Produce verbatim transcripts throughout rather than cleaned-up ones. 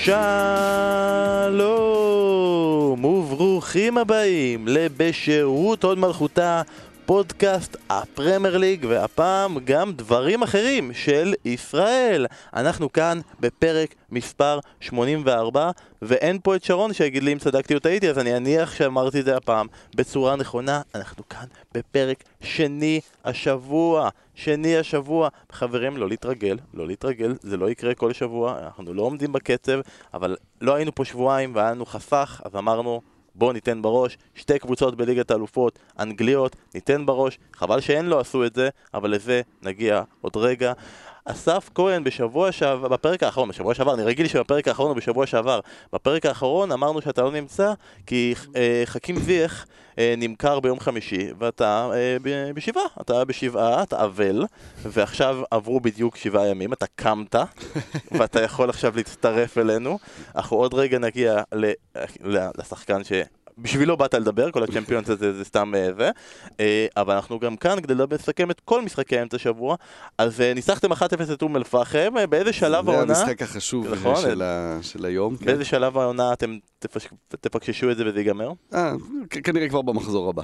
שלום וברוכים הבאים לבשירות הוד מלכותה, פודקאסט הפרמייר ליג, והפעם גם דברים אחרים של ישראל. אנחנו כאן בפרק מספר שמונים וארבע, ואין פה את שרון שיגיד לי אם צדקתי או טעיתי, אז אני אניח שאמרתי את זה הפעם בצורה נכונה. אנחנו כאן בפרק שני השבוע, שני השבוע. חברים, לא להתרגל, לא להתרגל, זה לא יקרה כל שבוע, אנחנו לא עומדים בקצב, אבל לא היינו פה שבועיים והיה לנו חסך, אז אמרנו בואו ניתן בראש, שתי קבוצות בליגת האלופות, אנגליות, ניתן בראש, חבל שהן לא עשו את זה, אבל לזה נגיע עוד רגע. אסף כהן בשבוע שעבר, בפרק האחרון, בשבוע שעבר, אני רגיל שבפרק האחרון או בשבוע שעבר, בפרק האחרון אמרנו שאתה לא נמצא, כי אה, חכים זייח אה, נמכר ביום חמישי, ואתה אה, ב- בשבעה, אתה בשבעה, אתה אבל, ועכשיו עברו בדיוק שבעה ימים, אתה קמת, ואתה יכול עכשיו להצטרף אלינו. אנחנו עוד רגע נגיע ל- ל- לשחקן ש... בשבילו באת לדבר, כל הצ'מפיונס הזה זה סתם זה, אבל אנחנו גם כאן כדי לסכם את כל משחקי האמצע שבוע. אז ניצחתם אחת אפס את אום אל פחם, באיזה שלב העונה? זה המשחק החשוב של היום. באיזה שלב העונה אתם תפקששו את זה וזה ייגמר? אה, כנראה כבר במחזור הבא.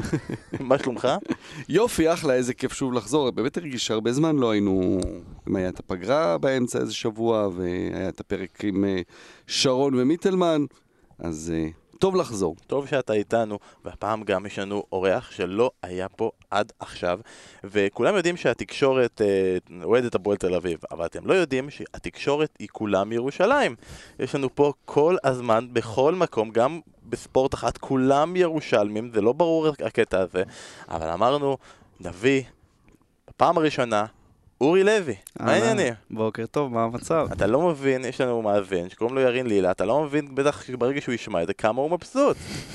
מה שלומך? יופי, אחלה, איזה כיף שוב לחזור. באמת הרגיש הרבה זמן, לא היינו... היה את הפגרה באמצע איזה שבוע, והיה את הפרק עם שרון ומיטלמן, אז... טוב לחזור. טוב שאתה איתנו, והפעם גם יש לנו אורח שלא היה פה עד עכשיו, וכולם יודעים שהתקשורת אה, אוהדת הפועל תל אביב, אבל אתם לא יודעים שהתקשורת היא כולם ירושלים. יש לנו פה כל הזמן, בכל מקום, גם בספורט אחת, כולם ירושלמים, זה לא ברור הקטע הזה, אבל אמרנו, נביא, בפעם הראשונה, אורי לוי, מה העניינים? בוקר טוב, מה המצב? אתה לא מבין, יש לנו מאזין שקוראים לו ירין לילה, אתה לא מבין בטח ברגע שהוא ישמע את זה כמה הוא מבסוט.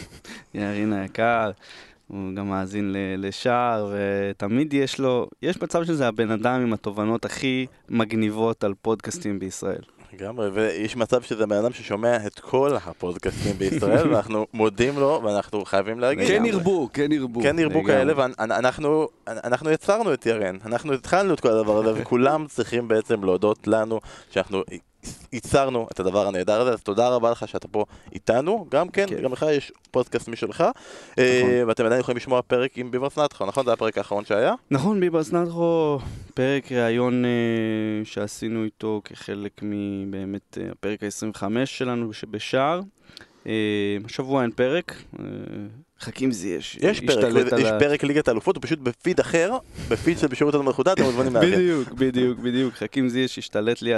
ירין היקר, הוא גם מאזין לשער, ותמיד יש לו, יש מצב שזה הבן אדם עם התובנות הכי מגניבות על פודקאסטים בישראל. גם, ויש מצב שזה בן אדם ששומע את כל הפודקאסטים בישראל, ואנחנו מודים לו, ואנחנו חייבים להגיד. כן ירבו, כן ירבו. כן ירבו כאלה, ואנחנו אנחנו יצרנו את ירין, אנחנו התחלנו את כל הדבר הזה, וכולם צריכים בעצם להודות לנו שאנחנו ייצרנו את הדבר הנהדר הזה, אז תודה רבה לך שאתה פה איתנו, גם כן, גם לך יש פודקאסט משלך, ואתם עדיין יכולים לשמוע פרק עם ביברס נתחו, נכון? זה הפרק האחרון שהיה? נכון, ביברס נתחו, פרק ראיון שעשינו איתו כחלק מבאמת הפרק ה-עשרים וחמש שלנו שבשער, השבוע אין פרק, חכים זייח. יש פרק, יש פרק ליגת האלופות, הוא פשוט בפיד אחר, בפיד של בשירות הוד מלכותה, אתם מוזמנים להבין. בדיוק, בדיוק, בדיוק. חכים זייח השתלט לי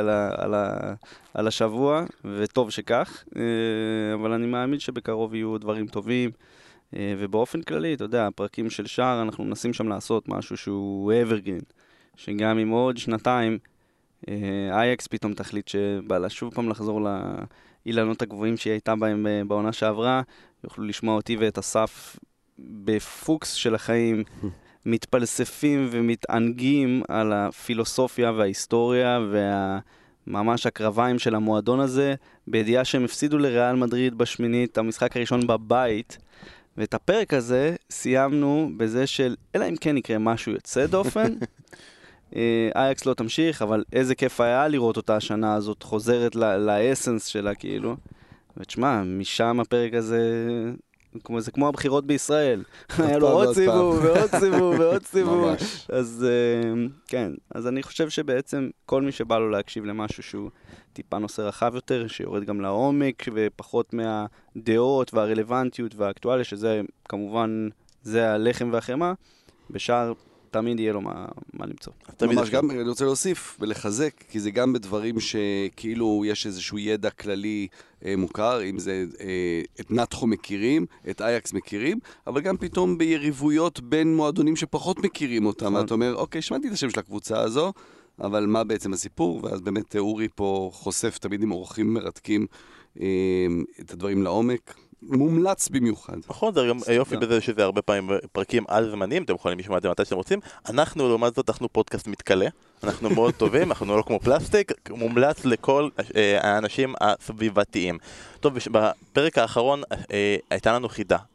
על השבוע, וטוב שכך, אבל אני מאמין שבקרוב יהיו דברים טובים, ובאופן כללי, אתה יודע, הפרקים של שער, אנחנו מנסים שם לעשות משהו שהוא evergreen, שגם עם עוד שנתיים, אייקס פתאום תחליט שבא לה שוב פעם לחזור לאילנות הגבוהים שהיא הייתה בהם בעונה שעברה, יוכלו לשמוע אותי ואת אסף בפוקס של החיים, מתפלספים ומתענגים על הפילוסופיה וההיסטוריה והממש הקרביים של המועדון הזה, בידיעה שהם הפסידו לריאל מדריד בשמינית, המשחק הראשון בבית, ואת הפרק הזה סיימנו בזה של, אלא אם כן יקרה משהו יוצא דופן, אייקס לא תמשיך, אבל איזה כיף היה לראות אותה השנה הזאת, חוזרת לאסנס שלה כאילו. ותשמע, משם הפרק הזה, זה כמו הבחירות בישראל. היה לו עוד סיבוב, ועוד סיבוב, ועוד סיבוב. אז כן, אז אני חושב שבעצם כל מי שבא לו להקשיב למשהו שהוא טיפה נושא רחב יותר, שיורד גם לעומק, ופחות מהדעות והרלוונטיות והאקטואליה, שזה כמובן, זה הלחם והחמה, בשאר תמיד יהיה לו מה, מה למצוא. ממש גם, אני רוצה להוסיף ולחזק, כי זה גם בדברים שכאילו יש איזשהו ידע כללי אה, מוכר, אם זה אה, את נתחו מכירים, את אייקס מכירים, אבל גם פתאום ביריבויות בין מועדונים שפחות מכירים אותם, אתה אומר, אוקיי, שמעתי את השם של הקבוצה הזו, אבל מה בעצם הסיפור? ואז באמת אורי פה חושף תמיד עם אורחים מרתקים אה, את הדברים לעומק. מומלץ במיוחד. נכון, זה גם יופי בזה שזה הרבה פעמים פרקים על זמנים, אתם יכולים לשמוע את זה מתי שאתם רוצים. אנחנו, לעומת זאת, אנחנו פודקאסט מתקלה. אנחנו מאוד טובים, אנחנו לא כמו פלסטיק, מומלץ לכל האנשים הסביבתיים. טוב, בפרק האחרון הייתה לנו חידה.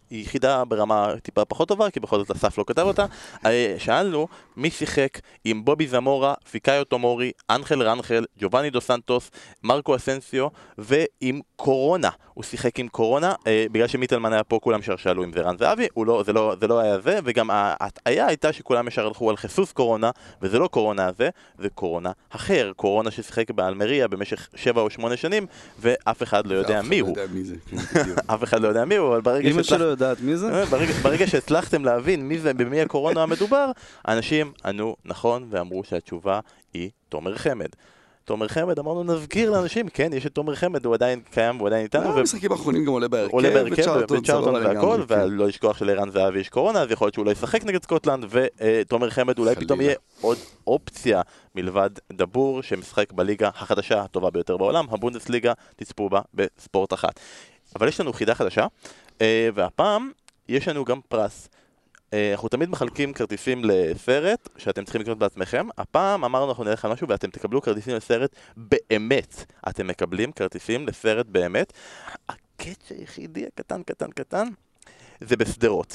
היא יחידה ברמה טיפה פחות טובה, כי בכל זאת אסף לא כתב אותה. שאלנו מי שיחק עם בובי זמורה, פיקאיו טומורי, אנחל רנחל, ג'ובאני דו סנטוס, מרקו אסנסיו, ועם קורונה. הוא שיחק עם קורונה, אה, בגלל שמיטלמן היה פה, כולם שאלו אם זה רן זהבי, לא, זה, לא, זה לא היה זה, וגם ההטעיה הייתה שכולם ישר הלכו על חיסוס קורונה, וזה לא קורונה הזה, זה קורונה אחר, קורונה ששיחק באלמריה במשך שבע או שמונה שנים, ואף אחד לא יודע מי הוא. אף אחד לא יודע מי הוא, אבל ברגע אמא שלו יודעת מי זה? ברגע שהצלחתם להבין מי זה, במי הקורונה המדובר, אנשים ענו נכון ואמרו שהתשובה היא תומר חמד. תומר חמד, אמרנו נזכיר לאנשים, כן, יש את תומר חמד, הוא עדיין קיים, הוא עדיין איתנו. המשחקים האחרונים גם עולה בהרכב, עולה בהרכב, בצ'ארטון והכל, ולא לשכוח שלערן זהבי יש קורונה, אז יכול להיות שהוא לא ישחק נגד סקוטלנד, ותומר חמד אולי פתאום יהיה עוד אופציה מלבד דבור, שמשחק בליגה החדשה הטובה ביותר בעולם, הבונדסליגה, תצפו בה בספורט אחת. אבל יש לנו חידה חדשה, והפעם יש לנו גם פרס. אנחנו תמיד מחלקים כרטיסים לסרט שאתם צריכים לקנות בעצמכם. הפעם אמרנו אנחנו נלך על משהו ואתם תקבלו כרטיסים לסרט באמת. אתם מקבלים כרטיסים לסרט באמת. הקטש היחידי הקטן קטן קטן זה בסדרות.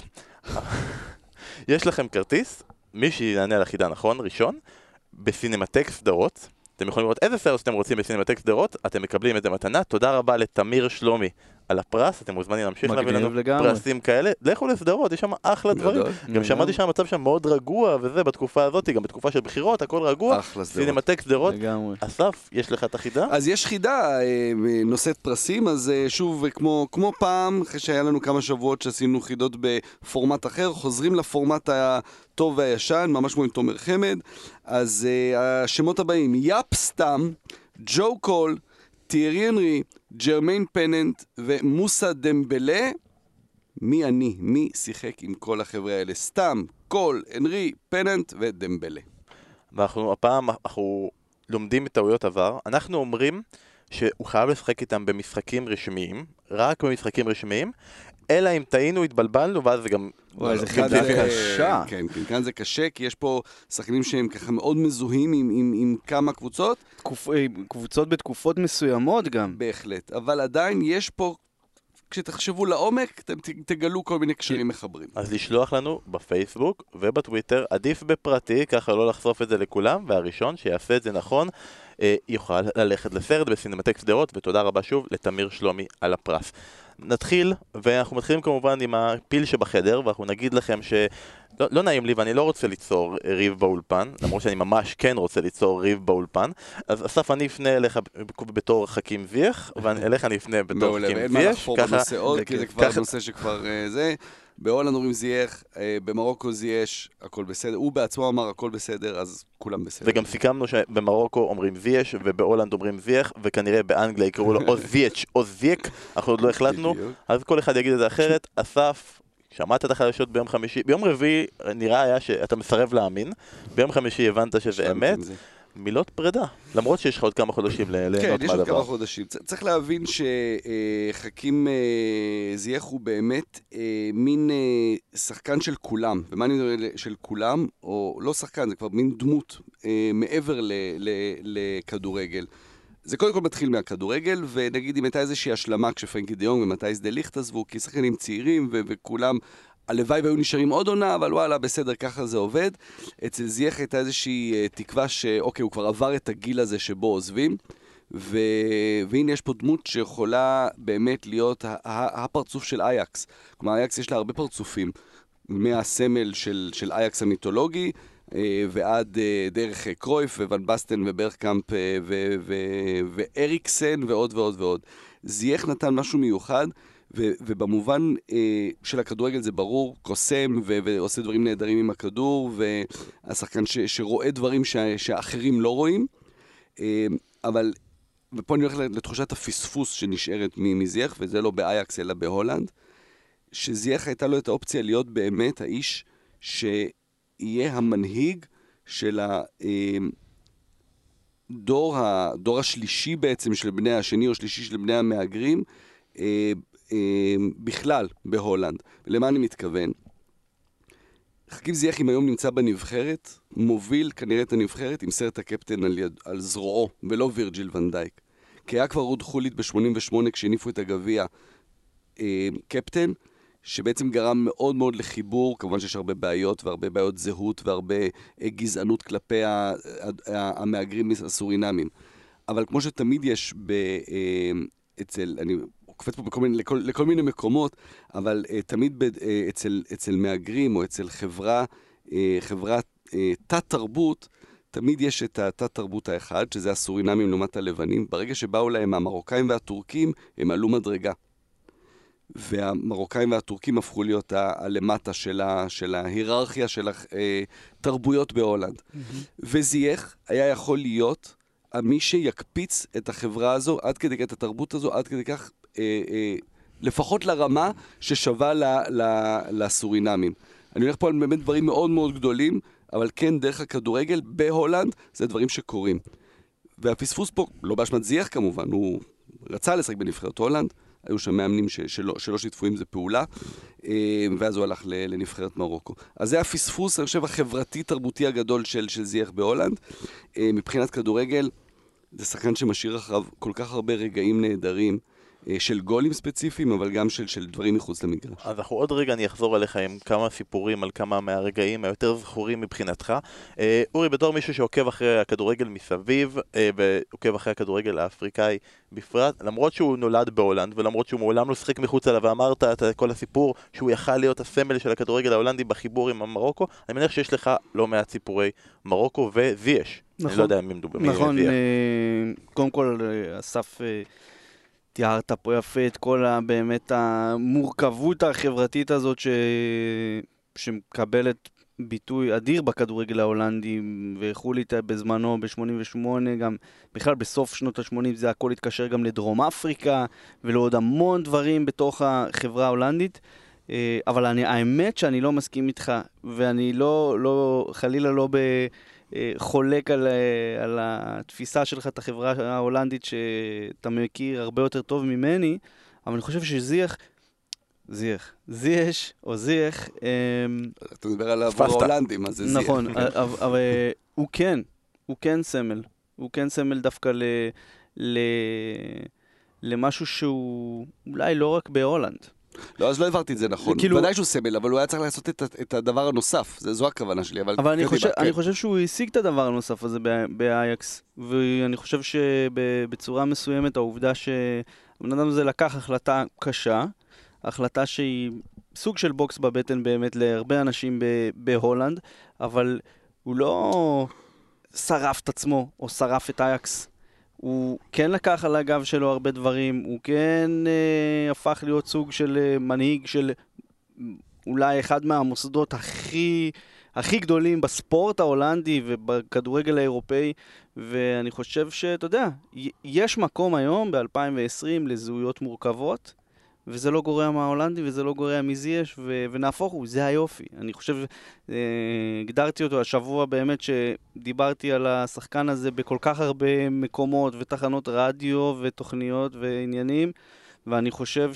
יש לכם כרטיס, מי שיענה על החידה נכון, ראשון, בסינמטק סדרות. אתם יכולים לראות איזה סרט שאתם רוצים בסינמטק סדרות, אתם מקבלים את זה מתנה. תודה רבה לתמיר שלומי על הפרס, אתם מוזמנים להמשיך להביא לנו פרסים כאלה. לכו לסדרות, יש שם אחלה דברים. גם שמעתי שהמצב שם מאוד רגוע וזה בתקופה הזאת, גם בתקופה של בחירות, הכל רגוע. סינמטק סדרות. אסף, יש לך את החידה? אז יש חידה נושאת פרסים, אז שוב, כמו, כמו פעם, אחרי שהיה לנו כמה שבועות שעשינו חידות בפורמט אחר, חוזרים לפורמט הטוב והישן, ממש כמו עם תומר חמד. אז השמות הבאים, יאפ סתם, ג'ו קול, תיארי אנרי, ג'רמיין פננט ומוסה דמבלה. מי אני? מי שיחק עם כל החבר'ה האלה? סתם, קול, אנרי, פננט ודמבלה. ואנחנו הפעם אנחנו לומדים מטעויות עבר. אנחנו אומרים שהוא חייב לשחק איתם במשחקים רשמיים, רק במשחקים רשמיים, אלא אם טעינו, התבלבלנו, ואז זה גם... וואי, זה חידה קשה. כן, כן, כאן זה קשה, כי יש פה שחקנים שהם ככה מאוד מזוהים עם, עם, עם כמה קבוצות. תקופ... קבוצות בתקופות מסוימות גם. בהחלט, אבל עדיין יש פה, כשתחשבו לעומק, אתם תגלו כל מיני קשרים מחברים. אז לשלוח לנו בפייסבוק ובטוויטר, עדיף בפרטי, ככה לא לחשוף את זה לכולם, והראשון שיעשה את זה נכון, יוכל ללכת לסרט בסינמטק סדרות, ותודה רבה שוב לתמיר שלומי על הפרס. נתחיל, ואנחנו מתחילים כמובן עם הפיל שבחדר, ואנחנו נגיד לכם שלא לא נעים לי ואני לא רוצה ליצור ריב באולפן, למרות שאני ממש כן רוצה ליצור ריב באולפן. אז אסף, אני אפנה אליך בתור חכים זייח, ואליך אני אפנה בתור חכים זייח. אין מה לחפור בנושא עוד, כי זה כבר נושא שכבר זה. בהולנד אומרים זייח, במרוקו זייש, הכל בסדר. הוא בעצמו אמר הכל בסדר, אז כולם בסדר. וגם סיכמנו שבמרוקו אומרים זייש, ובהולנד אומרים זייח, וכנראה באנגליה יקראו לו או זייץ' או זייק, אנחנו עוד לא החלטנו, אז כל אחד יגיד את זה אחרת. אסף, שמעת את החדשות ביום חמישי, ביום רביעי נראה היה שאתה מסרב להאמין, ביום חמישי הבנת שזה אמת. מילות פרידה, למרות שיש לך עוד כמה חודשים ליהנות מהדבר. כן, יש עוד כמה חודשים. צריך להבין שחכים זייח הוא באמת מין שחקן של כולם. ומה אני מדבר של כולם? או לא שחקן, זה כבר מין דמות מעבר לכדורגל. זה קודם כל מתחיל מהכדורגל, ונגיד אם הייתה איזושהי השלמה כשפרנקי דיונג ומתיאס דה ליכט עזבו, כי שחקנים צעירים וכולם... הלוואי והיו נשארים עוד עונה, אבל וואלה, בסדר, ככה זה עובד. אצל זייח הייתה איזושהי תקווה שאוקיי, הוא כבר עבר את הגיל הזה שבו עוזבים, ו... והנה יש פה דמות שיכולה באמת להיות הפרצוף של אייקס. כלומר, אייקס יש לה הרבה פרצופים, מהסמל של, של אייקס המיתולוגי, ועד דרך קרויף וואן בסטן וברקאמפ ו... ו... ואריקסן ועוד ועוד ועוד. זייח נתן משהו מיוחד, ו- ובמובן אה, של הכדורגל זה ברור, קוסם ו- ועושה דברים נהדרים עם הכדור, והשחקן ש- שרואה דברים ש- שאחרים לא רואים. אה, אבל, ופה אני הולך לתחושת הפספוס שנשארת מזייח, וזה לא באייקס אלא בהולנד, שזייח הייתה לו את האופציה להיות באמת האיש שיהיה המנהיג של הדור, הדור השלישי בעצם של בני השני או שלישי של בני המהגרים, אה, בכלל בהולנד. ולמה אני מתכוון? חכים זייח אם היום נמצא בנבחרת, מוביל כנראה את הנבחרת עם סרט הקפטן על, יד, על זרועו, ולא וירג'יל ון דייק. כי היה כבר רוד חולית ב-שמונים ושמונה כשהניפו את הגביע אה, קפטן, שבעצם גרם מאוד מאוד לחיבור, כמובן שיש הרבה בעיות והרבה בעיות זהות והרבה גזענות כלפי המהגרים הסורינמים. אבל כמו שתמיד יש ב, אצל, אני קופץ פה בכל מיני, לכל, לכל מיני מקומות, אבל תמיד ב, אצל, אצל מהגרים או אצל חברה, חברה תת-תרבות, תמיד יש את התת-תרבות האחד, שזה הסורינמים לעומת הלבנים. ברגע שבאו להם המרוקאים והטורקים, הם עלו מדרגה. והמרוקאים והטורקים הפכו להיות הלמטה של, ה, של ההיררכיה של התרבויות בהולנד. Mm-hmm. וזייך היה יכול להיות מי שיקפיץ את החברה הזו, עד כדי את התרבות הזו, עד כדי כך, אה, אה, לפחות לרמה ששווה ל, ל, לסורינמים. אני הולך פה על באמת דברים מאוד מאוד גדולים, אבל כן, דרך הכדורגל בהולנד, זה דברים שקורים. והפספוס פה, לא באשמת זייך כמובן, הוא רצה לשחק בנבחרת הולנד, היו שם מאמנים ש- שלא, שלא שיתפו עם זה פעולה, ואז הוא הלך לנבחרת מרוקו. אז זה הפספוס, אני חושב, החברתי-תרבותי הגדול של, של זייך בהולנד. מבחינת כדורגל, זה שחקן שמשאיר אחריו כל כך הרבה רגעים נהדרים, של גולים ספציפיים, אבל גם של, של דברים מחוץ למגרש. אז אנחנו עוד רגע אני אחזור אליך עם כמה סיפורים על כמה מהרגעים היותר זכורים מבחינתך. אה, אורי, בתור מישהו שעוקב אחרי הכדורגל מסביב, אה, ועוקב אחרי הכדורגל האפריקאי בפרט, למרות שהוא נולד בהולנד, ולמרות שהוא מעולם לא שחק מחוץ עליו, ואמרת את כל הסיפור שהוא יכל להיות הסמל של הכדורגל ההולנדי בחיבור עם המרוקו, אני מניח שיש לך לא מעט סיפורי מרוקו וזייש. נכון. אני לא יודע אם מדובר. נכון, אה, קודם כל, אסף... אה, תיארת פה יפה את כל ה, באמת המורכבות החברתית הזאת ש... שמקבלת ביטוי אדיר בכדורגל ההולנדי, והחול איתה בזמנו ב-שמונים ושמונה, גם בכלל בסוף שנות ה-שמונים זה הכל התקשר גם לדרום אפריקה ולעוד המון דברים בתוך החברה ההולנדית. אבל אני, האמת שאני לא מסכים איתך, ואני לא, לא, חלילה לא ב... חולק על, על התפיסה שלך את החברה ההולנדית שאתה מכיר הרבה יותר טוב ממני, אבל אני חושב שזייך, זייך, זייש או זייך... אתה מדבר על עבור ההולנדים, מה זה זייך? נכון, אבל הוא כן, הוא כן סמל. הוא כן סמל דווקא ל, ל, למשהו שהוא אולי לא רק בהולנד. לא, אז לא העברתי את זה נכון. כאילו... ודאי שהוא סמל, אבל הוא היה צריך לעשות את, את הדבר הנוסף. זה, זו הכוונה שלי, אבל... אבל אני חושב, אני חושב שהוא השיג את הדבר הנוסף הזה באייקס, ואני חושב שבצורה מסוימת העובדה שהבן אדם הזה לקח החלטה קשה, החלטה שהיא סוג של בוקס בבטן באמת להרבה אנשים בהולנד, אבל הוא לא שרף את עצמו או שרף את אייקס. הוא כן לקח על הגב שלו הרבה דברים, הוא כן אה, הפך להיות סוג של אה, מנהיג של אולי אחד מהמוסדות הכי, הכי גדולים בספורט ההולנדי ובכדורגל האירופאי, ואני חושב שאתה יודע, יש מקום היום ב-אלפיים ועשרים לזהויות מורכבות, וזה לא גורע מההולנדי וזה לא גורע מזייש, ו- ונהפוך הוא, זה היופי. אני חושב, אה, הגדרתי אותו השבוע באמת שדיברתי על השחקן הזה בכל כך הרבה מקומות ותחנות רדיו ותוכניות ועניינים, ואני חושב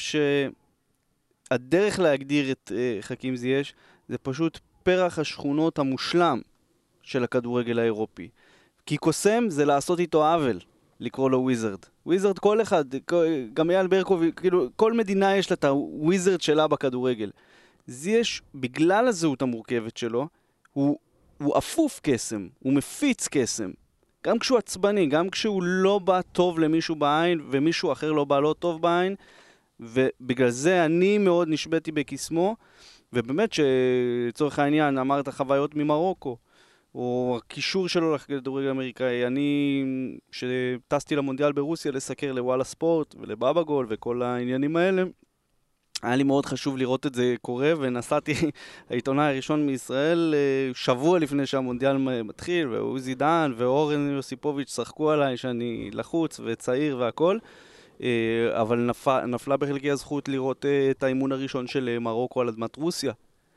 שהדרך להגדיר את אה, חכים זייש זה פשוט פרח השכונות המושלם של הכדורגל האירופי. כי קוסם זה לעשות איתו עוול. לקרוא לו וויזרד. וויזרד כל אחד, גם אייל ברקוב, כאילו, כל מדינה יש לה את הוויזרד שלה בכדורגל. זייש, בגלל הזהות המורכבת שלו, הוא, הוא אפוף קסם, הוא מפיץ קסם. גם כשהוא עצבני, גם כשהוא לא בא טוב למישהו בעין, ומישהו אחר לא בא לא טוב בעין, ובגלל זה אני מאוד נשבתי בקסמו, ובאמת שצורך העניין, אמרת חוויות ממרוקו, או הקישור שלו לכדורגל אמריקאי. אני, שטסתי למונדיאל ברוסיה לסקר לוואלה ספורט ולבאבא גול וכל העניינים האלה, היה לי מאוד חשוב לראות את זה קורה, ונסעתי, העיתונאי הראשון מישראל, שבוע לפני שהמונדיאל מתחיל, ועוזי דן ואורן יוסיפוביץ' שחקו עליי שאני לחוץ וצעיר והכל, אבל נפלה, נפלה בחלקי הזכות לראות את האימון הראשון של מרוקו על אדמת רוסיה,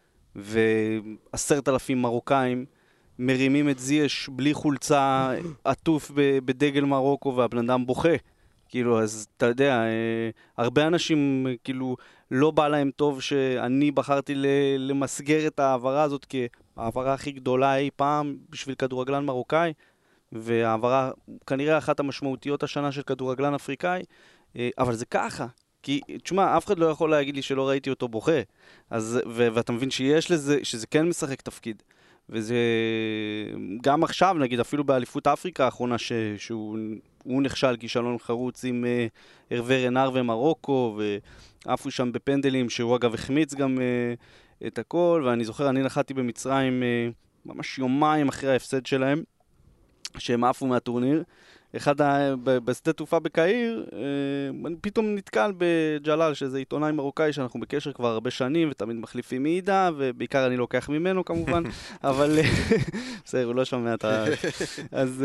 ועשרת אלפים מרוקאים, מרימים את זייש בלי חולצה, עטוף בדגל מרוקו, והבן אדם בוכה. כאילו, אז אתה יודע, אה, הרבה אנשים כאילו לא בא להם טוב שאני בחרתי למסגר את העברה הזאת, כי העברה הכי גדולה אי פעם בשביל כדורגלן מרוקאי, והעברה כנראה אחת המשמעותיות השנה של כדורגלן אפריקאי, אה, אבל זה ככה. כי, תשמע, אף אחד לא יכול להגיד לי שלא ראיתי אותו בוכה. אז, ו- ואתה מבין שיש לזה, שזה כן משחק תפקיד. וזה, גם עכשיו, נגיד, אפילו באליפות אפריקה האחרונה, ש- שהוא הוא נכשל כישלון חרוץ עם uh, הרווה רנר ומרוקו, ועפו שם בפנדלים, שהוא אגב החמיץ גם uh, את הכל, ואני זוכר, אני נחתי במצרים uh, ממש יומיים אחרי ההפסד שלהם, שהם עפו מהטורניר. אחד ה... בשדה תעופה בקהיר, אני פתאום נתקל בג'לל, שזה עיתונאי מרוקאי שאנחנו בקשר כבר הרבה שנים, ותמיד מחליפים מידע, ובעיקר אני לוקח ממנו כמובן, אבל בסדר, הוא לא שומע את ה... אז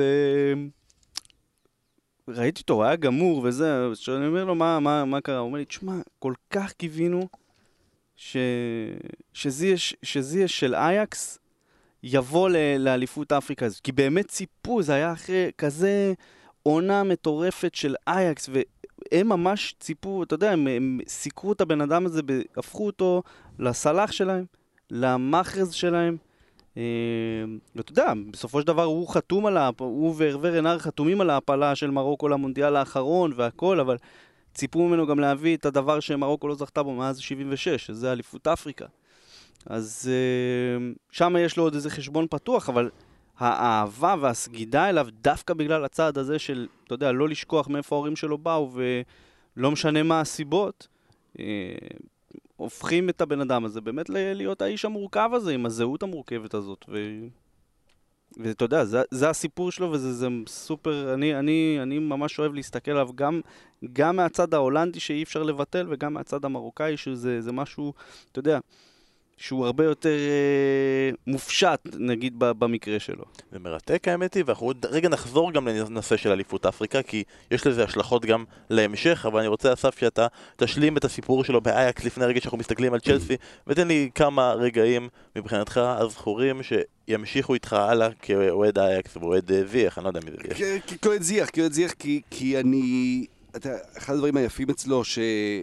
ראיתי אותו, הוא היה גמור וזה, שאני אומר לו, מה, מה, מה קרה? הוא אומר לי, תשמע, כל כך קיווינו ש... שזיה של אייקס יבוא לאליפות אפריקה הזאת, כי באמת ציפו, זה היה אחרי כזה עונה מטורפת של אייקס, והם ממש ציפו, אתה יודע, הם, הם סיכרו את הבן אדם הזה, הפכו אותו לסלח שלהם, למחרז שלהם, ואתה יודע, בסופו של דבר הוא חתום על, הוא והרווה רנר חתומים על ההפלה של מרוקו למונדיאל האחרון והכל, אבל ציפו ממנו גם להביא את הדבר שמרוקו לא זכתה בו מאז שבעים ושש, שזה אליפות אפריקה. אז שם יש לו עוד איזה חשבון פתוח, אבל האהבה והסגידה אליו דווקא בגלל הצעד הזה של, אתה יודע, לא לשכוח מאיפה ההורים שלו באו ולא משנה מה הסיבות, הופכים את הבן אדם הזה באמת להיות האיש המורכב הזה, עם הזהות המורכבת הזאת. ו... ואתה יודע, זה, זה הסיפור שלו וזה זה סופר, אני, אני, אני ממש אוהב להסתכל עליו גם, גם מהצד ההולנדי שאי אפשר לבטל וגם מהצד המרוקאי שזה זה משהו, אתה יודע, שהוא הרבה יותר אה, מופשט, נגיד, במקרה שלו. זה מרתק האמת היא, ואנחנו רגע נחזור גם לנושא של אליפות אפריקה, כי יש לזה השלכות גם להמשך, אבל אני רוצה, אסף, שאתה תשלים את הסיפור שלו באייקס לפני רגע שאנחנו מסתכלים על צ'לסי, ותן לי כמה רגעים מבחינתך הזכורים שימשיכו איתך הלאה כאוהד אייקס ואוהד זיח, אני לא יודע מי זה זיח. כאוהד זיח, כאוהד זיח, כי אני... אחד הדברים היפים אצלו, ש...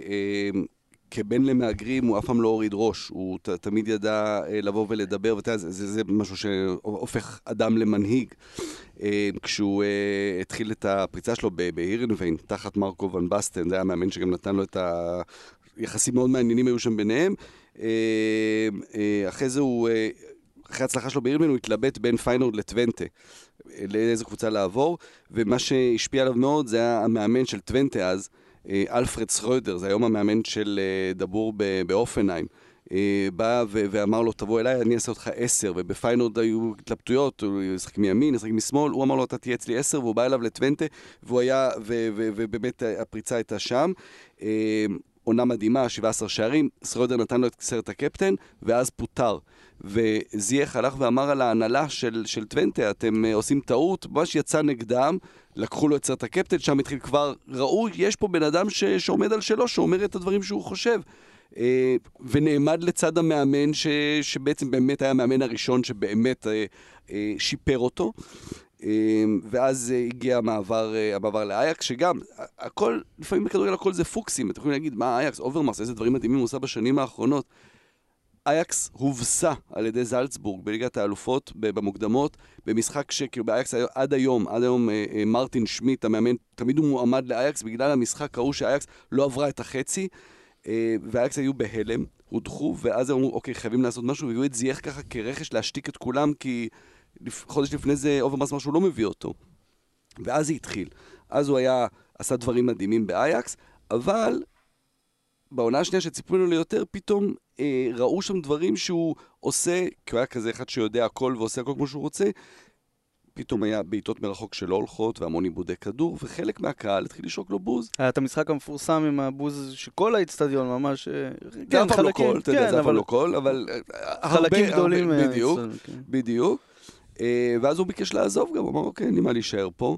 כבן למאגרים הוא אף פעם לא הוריד ראש, הוא ת, תמיד ידע אה, לבוא ולדבר, ותראה, זה, זה, זה משהו שהופך אדם למנהיג. אה, כשהוא אה, התחיל את הפריצה שלו בהירנביין, תחת מרקו ון בסטן, זה היה מאמן שגם נתן לו את היחסים מאוד מעניינים היו שם ביניהם. אה, אה, אחרי זה הוא, אה, אחרי ההצלחה שלו בהירנביין, הוא התלבט בין פיינורד לטוונטה, לאיזו קבוצה לעבור, ומה שהשפיע עליו מאוד זה היה המאמן של טוונטה אז, אלפרד שרוידר, זה היום המאמן של דבור באופנהיים, בא ואמר לו, תבוא אליי, אני אעשה אותך עשר, ובפיינורד היו התלבטויות, הוא ישחק מימין, ישחק משמאל, הוא אמר לו, אתה תהיה אצלי עשר, והוא בא אליו לטוונטה, והוא היה, ובאמת הפריצה הייתה שם. עונה מדהימה, שבעה עשר שערים, שרוידר נתן לו את סרט הקפטן, ואז פוטר. וזייח הלך ואמר על ההנהלה של, של טוונטה, אתם עושים טעות, ממש יצא נגדם, לקחו לו את סרט הקפטן, שם התחיל כבר, ראו, יש פה בן אדם ש, שעומד על שלו, שאומר את הדברים שהוא חושב. אה, ונעמד לצד המאמן, ש, שבעצם באמת היה המאמן הראשון שבאמת אה, אה, שיפר אותו. ואז הגיע המעבר, המעבר לאייקס, שגם, הכל, לפעמים בכדורגל הכל זה פוקסים, אתם יכולים להגיד, מה אייקס, אוברמאס, איזה דברים מדהימים הוא עושה בשנים האחרונות. אייקס הובסה על ידי זלצבורג בליגת האלופות, במוקדמות, במשחק שכאילו באייקס עד היום, עד היום מרטין שמיט, המאמן, תמיד הוא מועמד לאייקס, בגלל המשחק ראו שאייקס לא עברה את החצי, ואייקס היו בהלם, הודחו, ואז אמרו, אוקיי, חייבים לעשות משהו, והיו את זייח ככה כרכש להשתיק את כולם, כי חודש לפני זה אוברמאס משהו לא מביא אותו. ואז זה התחיל. אז הוא היה, עשה דברים מדהימים באייקס, אבל בעונה השנייה שציפו לנו ליותר, פתאום אה, ראו שם דברים שהוא עושה, כי הוא היה כזה אחד שיודע הכל ועושה הכל כמו שהוא רוצה, פתאום היה בעיטות מרחוק שלא הולכות והמון עיבודי כדור, וחלק מהקהל התחיל לשרוק לו בוז. היה את המשחק המפורסם עם הבוז שכל האצטדיון ממש... זה אף פעם לא קול, אתה יודע, זה אף פעם לא קול, אבל... חלקים גדולים. בדיוק, בדיוק. ואז הוא ביקש לעזוב גם, הוא אמר, אוקיי, אני מה להישאר פה.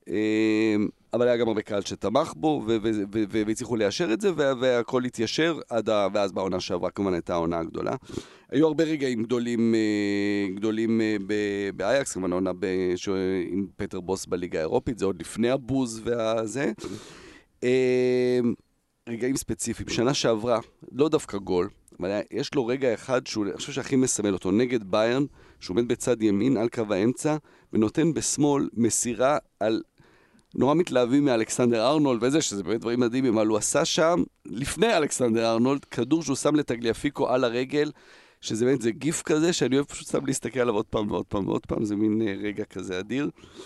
אבל היה גם הרבה קהל שתמך בו, והצליחו ליישר את זה, והכל התיישר, ואז בעונה שעברה כמובן הייתה העונה הגדולה. היו הרבה רגעים גדולים, גדולים באייקס, כמובן העונה עם פטר בוס בליגה האירופית, זה עוד לפני הבוז והזה. רגעים ספציפיים, שנה שעברה, לא דווקא גול, אבל יש לו רגע אחד שהוא, אני חושב שהכי מסמל אותו, נגד ביירן, שהוא עומד בצד ימין על קו האמצע, ונותן בשמאל מסירה על נורא מתלהבים מאלכסנדר ארנולד וזה, שזה באמת דברים מדהימים, אבל הוא עשה שם, לפני אלכסנדר ארנולד, כדור שהוא שם לטגליאפיקו על הרגל, שזה באמת, זה גיף כזה, שאני אוהב פשוט סתם להסתכל עליו עוד פעם ועוד פעם ועוד פעם, זה מין רגע כזה אדיר.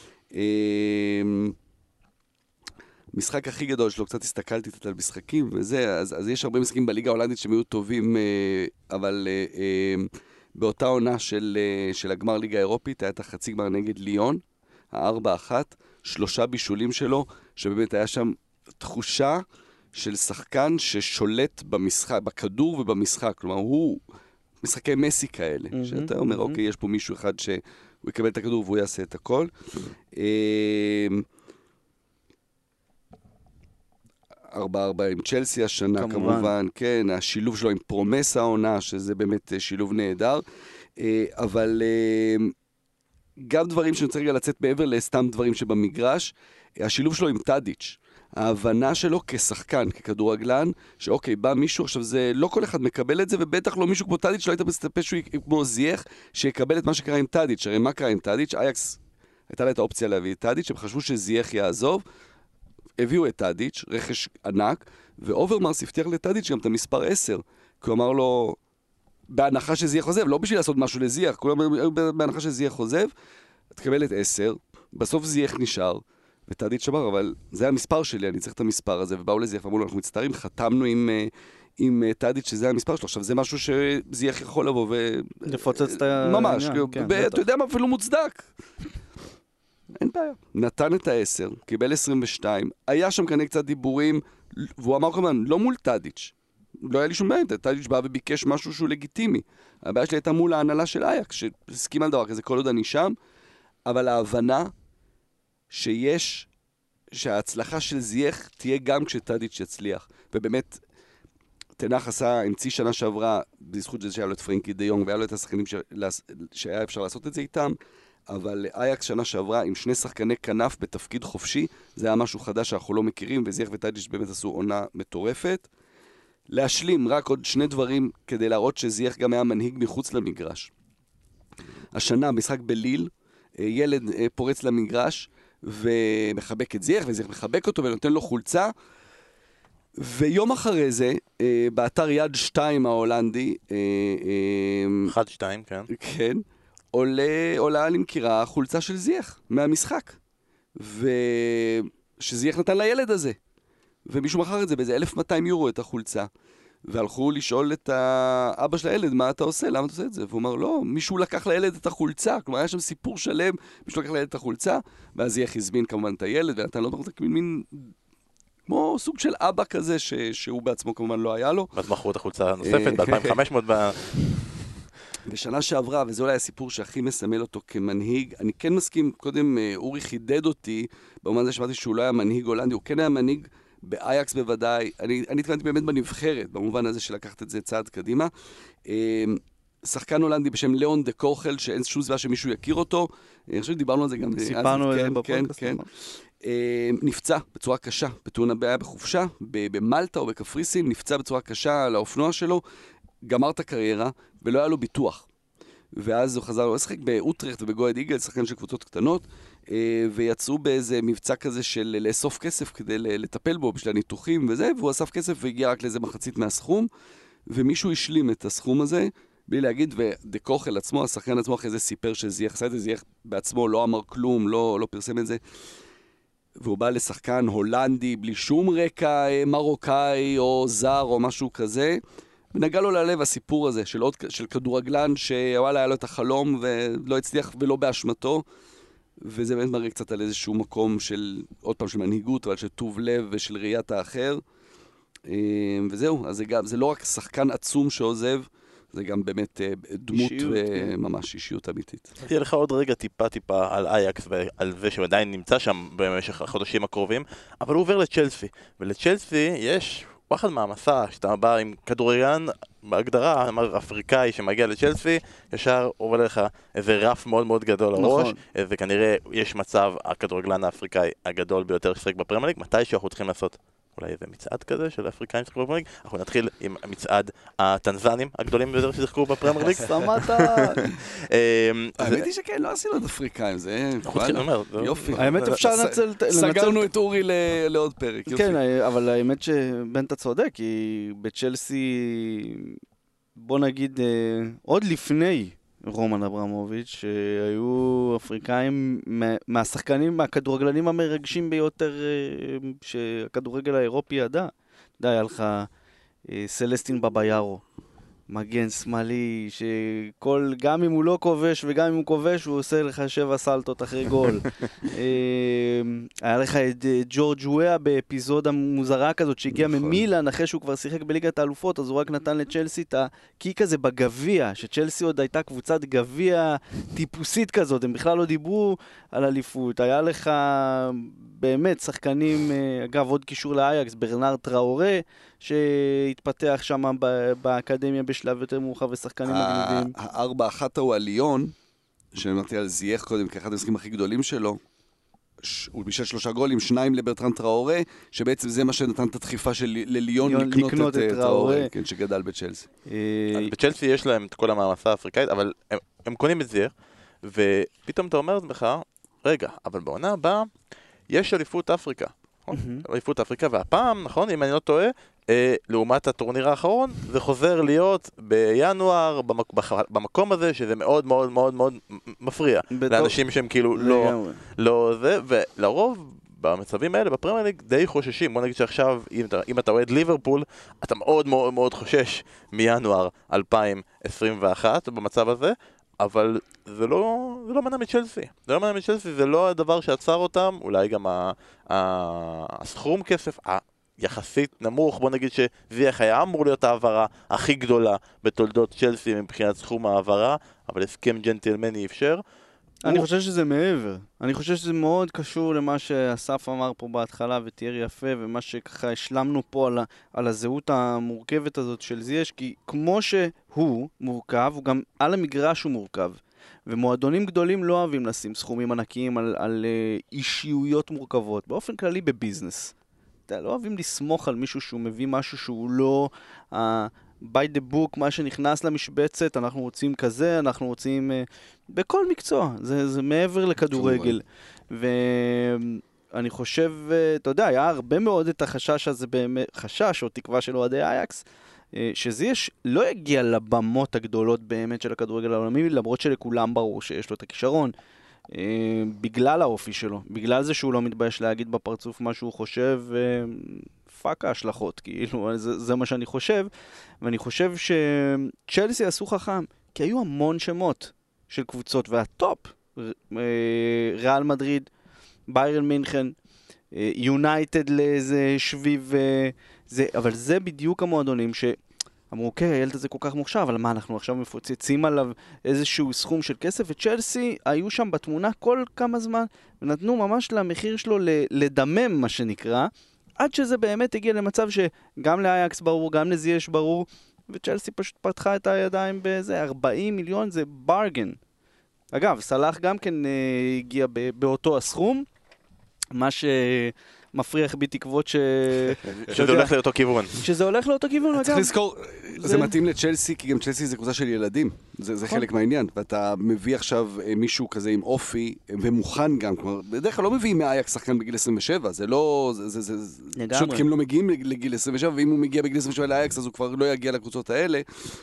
משחק הכי גדול שלו, קצת הסתכלתי קצת על משחקים וזה, אז, אז יש הרבה משחקים בליגה ההולנדית שהם היו טובים, אבל באותה עונה של, של הגמר ליגה האירופית, היה את החצי גמר נגד ליון, הארבע אחת, שלושה בישולים שלו, שבאמת היה שם תחושה של שחקן ששולט במשחק, בכדור ובמשחק, כלומר הוא משחקי מסי כאלה, mm-hmm, שאתה אומר, mm-hmm. אוקיי, יש פה מישהו אחד שהוא יקבל את הכדור והוא יעשה את הכל. ארבע ארבע עם צ'לסי השנה, כמובן. כמובן, כן, השילוב שלו עם פרומס העונה, שזה באמת שילוב נהדר, אבל גם דברים שאני צריך לצאת מעבר לסתם דברים שבמגרש, השילוב שלו עם טאדיץ', ההבנה שלו כשחקן, ככדורגלן, שאוקיי, בא מישהו, עכשיו זה לא כל אחד מקבל את זה, ובטח לא מישהו כמו טאדיץ', שלא היית מצפה שהוא כמו זייך, שיקבל את מה שקרה עם טאדיץ'. הרי מה קרה עם טאדיץ'? אייקס הייתה לה את האופציה להביא את טאדיץ', הם חשבו שזייך יעזוב, הביאו את טאדיץ', רכש ענק, ואוברמרס הבטיח לטאדיץ' גם את המספר עשר, כי הוא אמר לו, בהנחה שזייך חוזב, לא בשביל לעשות משהו לזייך, כולם בהנחה שזייך חוזב, תקבל את עשר, בסוף זייך נשאר, וטאדיץ' אמר, אבל זה המספר שלי, אני צריך את המספר הזה, ובאו לזייך, ואמרו לו, אנחנו מצטערים, חתמנו עם, עם טאדיץ' שזה המספר שלו, עכשיו זה משהו שזייך יכול לבוא ו... לפוצץ את ה... ממש, אתה יודע מה, אפילו מוצדק. אין בעיה. נתן את העשר, קיבל עשרים ושתיים, היה שם כנראה קצת דיבורים, והוא אמר כמובן, לא מול טאדיץ'. לא היה לי שום בעיה, טאדיץ' בא וביקש משהו שהוא לגיטימי. הבעיה שלי הייתה מול ההנהלה של אייקס, שהסכים על דבר כזה, כל עוד אני שם, אבל ההבנה שיש, שההצלחה של זייך תהיה גם כשטאדיץ' יצליח. ובאמת, תנח עשה, המציא שנה שעברה, בזכות זה שהיה לו את פרנקי דה יונג, והיה לו את השחקנים שהיה אפשר לעשות את זה איתם, אבל אייקס שנה שעברה עם שני שחקני כנף בתפקיד חופשי, זה היה משהו חדש שאנחנו לא מכירים, וזייך וטאדיץ' באמת עשו עונה מטורפת. להשלים רק עוד שני דברים כדי להראות שזייך גם היה מנהיג מחוץ למגרש. השנה, משחק בליל, ילד פורץ למגרש ומחבק את זייך, וזייך מחבק אותו ונותן לו חולצה, ויום אחרי זה, באתר יד שתיים ההולנדי, אחד שתיים, כן. כן. עולה, עולה למכירה חולצה של זייך מהמשחק, ושזייך נתן לילד הזה, ומישהו מכר את זה באיזה אלף ומאתיים יורו את החולצה, והלכו לשאול את האבא של הילד, מה אתה עושה? למה אתה עושה את זה? והוא אמר, לא, מישהו לקח לילד את החולצה, כלומר היה שם סיפור שלם, מישהו לקח לילד את החולצה, ואז זייך הזמין כמובן את הילד, ונתן לו את מין, מין, כמו סוג של אבא כזה, ש, שהוא בעצמו כמובן לא היה לו. אז מכרו את החולצה הנוספת ב-אלפיים וחמש מאות ב... בשנה שעברה, וזה אולי הסיפור שהכי מסמל אותו כמנהיג, אני כן מסכים, קודם אורי חידד אותי, במובן הזה שאמרתי שהוא לא היה מנהיג הולנדי, הוא כן היה מנהיג באייקס בוודאי, אני, אני התכוונתי באמת בנבחרת, במובן הזה שלקחת את זה צעד קדימה. שחקן הולנדי בשם ליאון דה קורחל, שאין שום סביבה שמישהו יכיר אותו, אני חושב שדיברנו על זה גם... סיפרנו את זה בפודקאסט. כן, כן. נפצע בצורה קשה, בתאונה בעיה בחופשה, במלטה או בקפריסין, נפצע בצורה קשה על האופנוע שלו, גמר את הקריירה, ולא היה לו ביטוח. ואז הוא חזר לשחק באוטרחט ובגויד איגל, שחקן של קבוצות קטנות, ויצאו באיזה מבצע כזה של לאסוף כסף כדי לטפל בו בשביל הניתוחים וזה, והוא אסף כסף והגיע רק לאיזה מחצית מהסכום, ומישהו השלים את הסכום הזה, בלי להגיד, ודקוחל עצמו, השחקן עצמו אחרי זה סיפר שזייך עשה את זה, זייך בעצמו לא אמר כלום, לא, לא פרסם את זה, והוא בא לשחקן הולנדי, בלי שום רקע מרוקאי או זר או משהו כזה, ונגע לו ללב הסיפור הזה של, עוד, של כדורגלן שוואלה היה לו את החלום ולא הצליח ולא באשמתו, וזה באמת מראה קצת על איזשהו מקום של, עוד פעם, של מנהיגות, אבל של טוב לב ושל ראיית האחר. וזהו, אז זה, גם, זה לא רק שחקן עצום שעוזב, זה גם באמת דמות וממש אישיות אמיתית. תהיה לך עוד רגע טיפה טיפה על אייקס ועל זה שעדיין נמצא שם במשך החודשים הקרובים, אבל הוא עובר לצ'לסי, ולצ'לסי יש וואחד מהמסע, שאתה בא עם כדורגלן בהגדרה, אפריקאי שמגיע לצ'לסי, ישר עובר לך איזה רף מאוד מאוד גדול לראש, וכנראה יש מצב הכדורגלן האפריקאי הגדול ביותר ששחק בפרמייר ליג, מתי שאנחנו צריכים לעשות אולי איזה מצעד כזה של אפריקאים ששיחקו בפרמייר ליג. אנחנו נתחיל עם מצעד הטנזנים הגדולים ביותר ששיחקו בפרמייר ליג. סמת. האמת היא שכן, לא עשינו את אפריקאים, זה... יופי. האמת אפשר לנצל... סגרנו את אורי לעוד פרק. כן, אבל האמת שבן אתה צודק, כי בצ'לסי, בוא נגיד, עוד לפני רומן אברמוביץ', שהיו אפריקאים מהשחקנים, מהכדורגלנים המרגשים ביותר שהכדורגל האירופי ידע. די, היה לך סלסטין בביירו, מגן שמאלי, שכל, גם אם הוא לא כובש וגם אם הוא כובש, הוא עושה לך שבע סלטות אחרי גול. היה לך את ג'ורג' וויה באפיזודה מוזרה כזאת, שהגיע ממילאן אחרי שהוא כבר שיחק בליגת האלופות, אז הוא רק נתן לצ'לסי את הקיק הזה בגביע, שצ'לסי עוד הייתה קבוצת גביע טיפוסית כזאת, הם בכלל לא דיברו על אליפות. היה לך באמת שחקנים, אגב, עוד קישור לאייקס, ברנרד טראורה, שהתפתח שם באקדמיה בשלב יותר מאוחר, ושחקנים מגניבים. הארבע אחת הוא הליון, שאמרתי על זייח קודם, כאחד המשחקים הכי גדולים שלו, הוא בשל שלושה גולים, שניים לברטרן טראורה, שבעצם זה מה שנתן את הדחיפה של לליון לקנות את טראורה, כן, שגדל בצ'לסי. בצ'לסי יש להם את כל המעמסה האפריקאית, אבל הם קונים את זייח, ופתאום אתה אומר לעצמך, רגע, אבל בעונה הבאה יש אליפות אפריקה. אליפות אפריקה, והפעם, נכון, אם אני לא טועה, אה, לעומת הטורניר האחרון, זה חוזר להיות בינואר, במק, במקום הזה, שזה מאוד מאוד מאוד מאוד מפריע. בטוב. לאנשים שהם כאילו לא, לא זה, ולרוב, במצבים האלה, בפרמייר ליג, די חוששים. בוא נגיד שעכשיו, אם אתה, אם אתה אוהד ליברפול, אתה מאוד מאוד מאוד חושש מינואר אלפיים עשרים ואחת, במצב הזה, אבל זה לא, זה לא מנע מצ'לסי. זה לא מנע מצ'לסי, זה לא הדבר שעצר אותם, אולי גם ה, ה, הסכום כסף היחסית נמוך, בוא נגיד שזייח היה אמור להיות העברה הכי גדולה בתולדות צ'לסי מבחינת סכום העברה, אבל הסכם ג'נטלמני אפשר. אני חושב שזה מעבר. אני חושב שזה מאוד קשור למה שאסף אמר פה בהתחלה ותיאר יפה, ומה שככה השלמנו פה על, על הזהות המורכבת הזאת של זייש, כי כמו שהוא מורכב, הוא גם על המגרש הוא מורכב. ומועדונים גדולים לא אוהבים לשים סכומים ענקיים על, על אישיויות מורכבות, באופן כללי בביזנס. לא אוהבים לסמוך על מישהו שהוא מביא משהו שהוא לא... Uh, by the book, מה שנכנס למשבצת, אנחנו רוצים כזה, אנחנו רוצים... Uh, בכל מקצוע, זה, זה מעבר לכדורגל. ואני חושב, uh, אתה יודע, היה הרבה מאוד את החשש הזה, באמת, חשש או תקווה של אוהדי אייקס, uh, שזייש לא יגיע לבמות הגדולות באמת של הכדורגל העולמי, למרות שלכולם ברור שיש לו את הכישרון. Uh, בגלל האופי שלו, בגלל זה שהוא לא מתבייש להגיד בפרצוף מה שהוא חושב, uh, פאק ההשלכות, כאילו, זה, זה מה שאני חושב, ואני חושב שצ'לסי עשו חכם, כי היו המון שמות של קבוצות, והטופ, uh, ריאל מדריד, ביירן מינכן, יונייטד uh, לאיזה שביב, uh, זה, אבל זה בדיוק המועדונים ש... אמרו, אוקיי, הילד הזה כל כך מוכשר, אבל מה, אנחנו עכשיו מפוצצים עליו איזשהו סכום של כסף, וצ'לסי היו שם בתמונה כל כמה זמן, ונתנו ממש למחיר שלו לדמם, מה שנקרא, עד שזה באמת הגיע למצב שגם לאייקס ברור, גם לזייש ברור, וצ'לסי פשוט פתחה את הידיים באיזה ארבעים מיליון, זה ברגן. אגב, סלאח גם כן אה, הגיע באותו הסכום, מה ש... מפריח בי תקוות ש... שזה הולך לאותו כיוון. שזה הולך לאותו כיוון, אגב. צריך לזכור, זה מתאים לצ'לסי, כי גם צ'לסי זה קבוצה של ילדים. זה חלק מהעניין. ואתה מביא עכשיו מישהו כזה עם אופי, ומוכן גם. כלומר, בדרך כלל לא מביאים מאייקס שחקן בגיל עשרים ושבע. זה לא... פשוט כי הם לא מגיעים לגיל עשרים ושבע, ואם הוא מגיע בגיל עשרים ושבע לאייקס, אז הוא כבר לא יגיע לקבוצות האלה.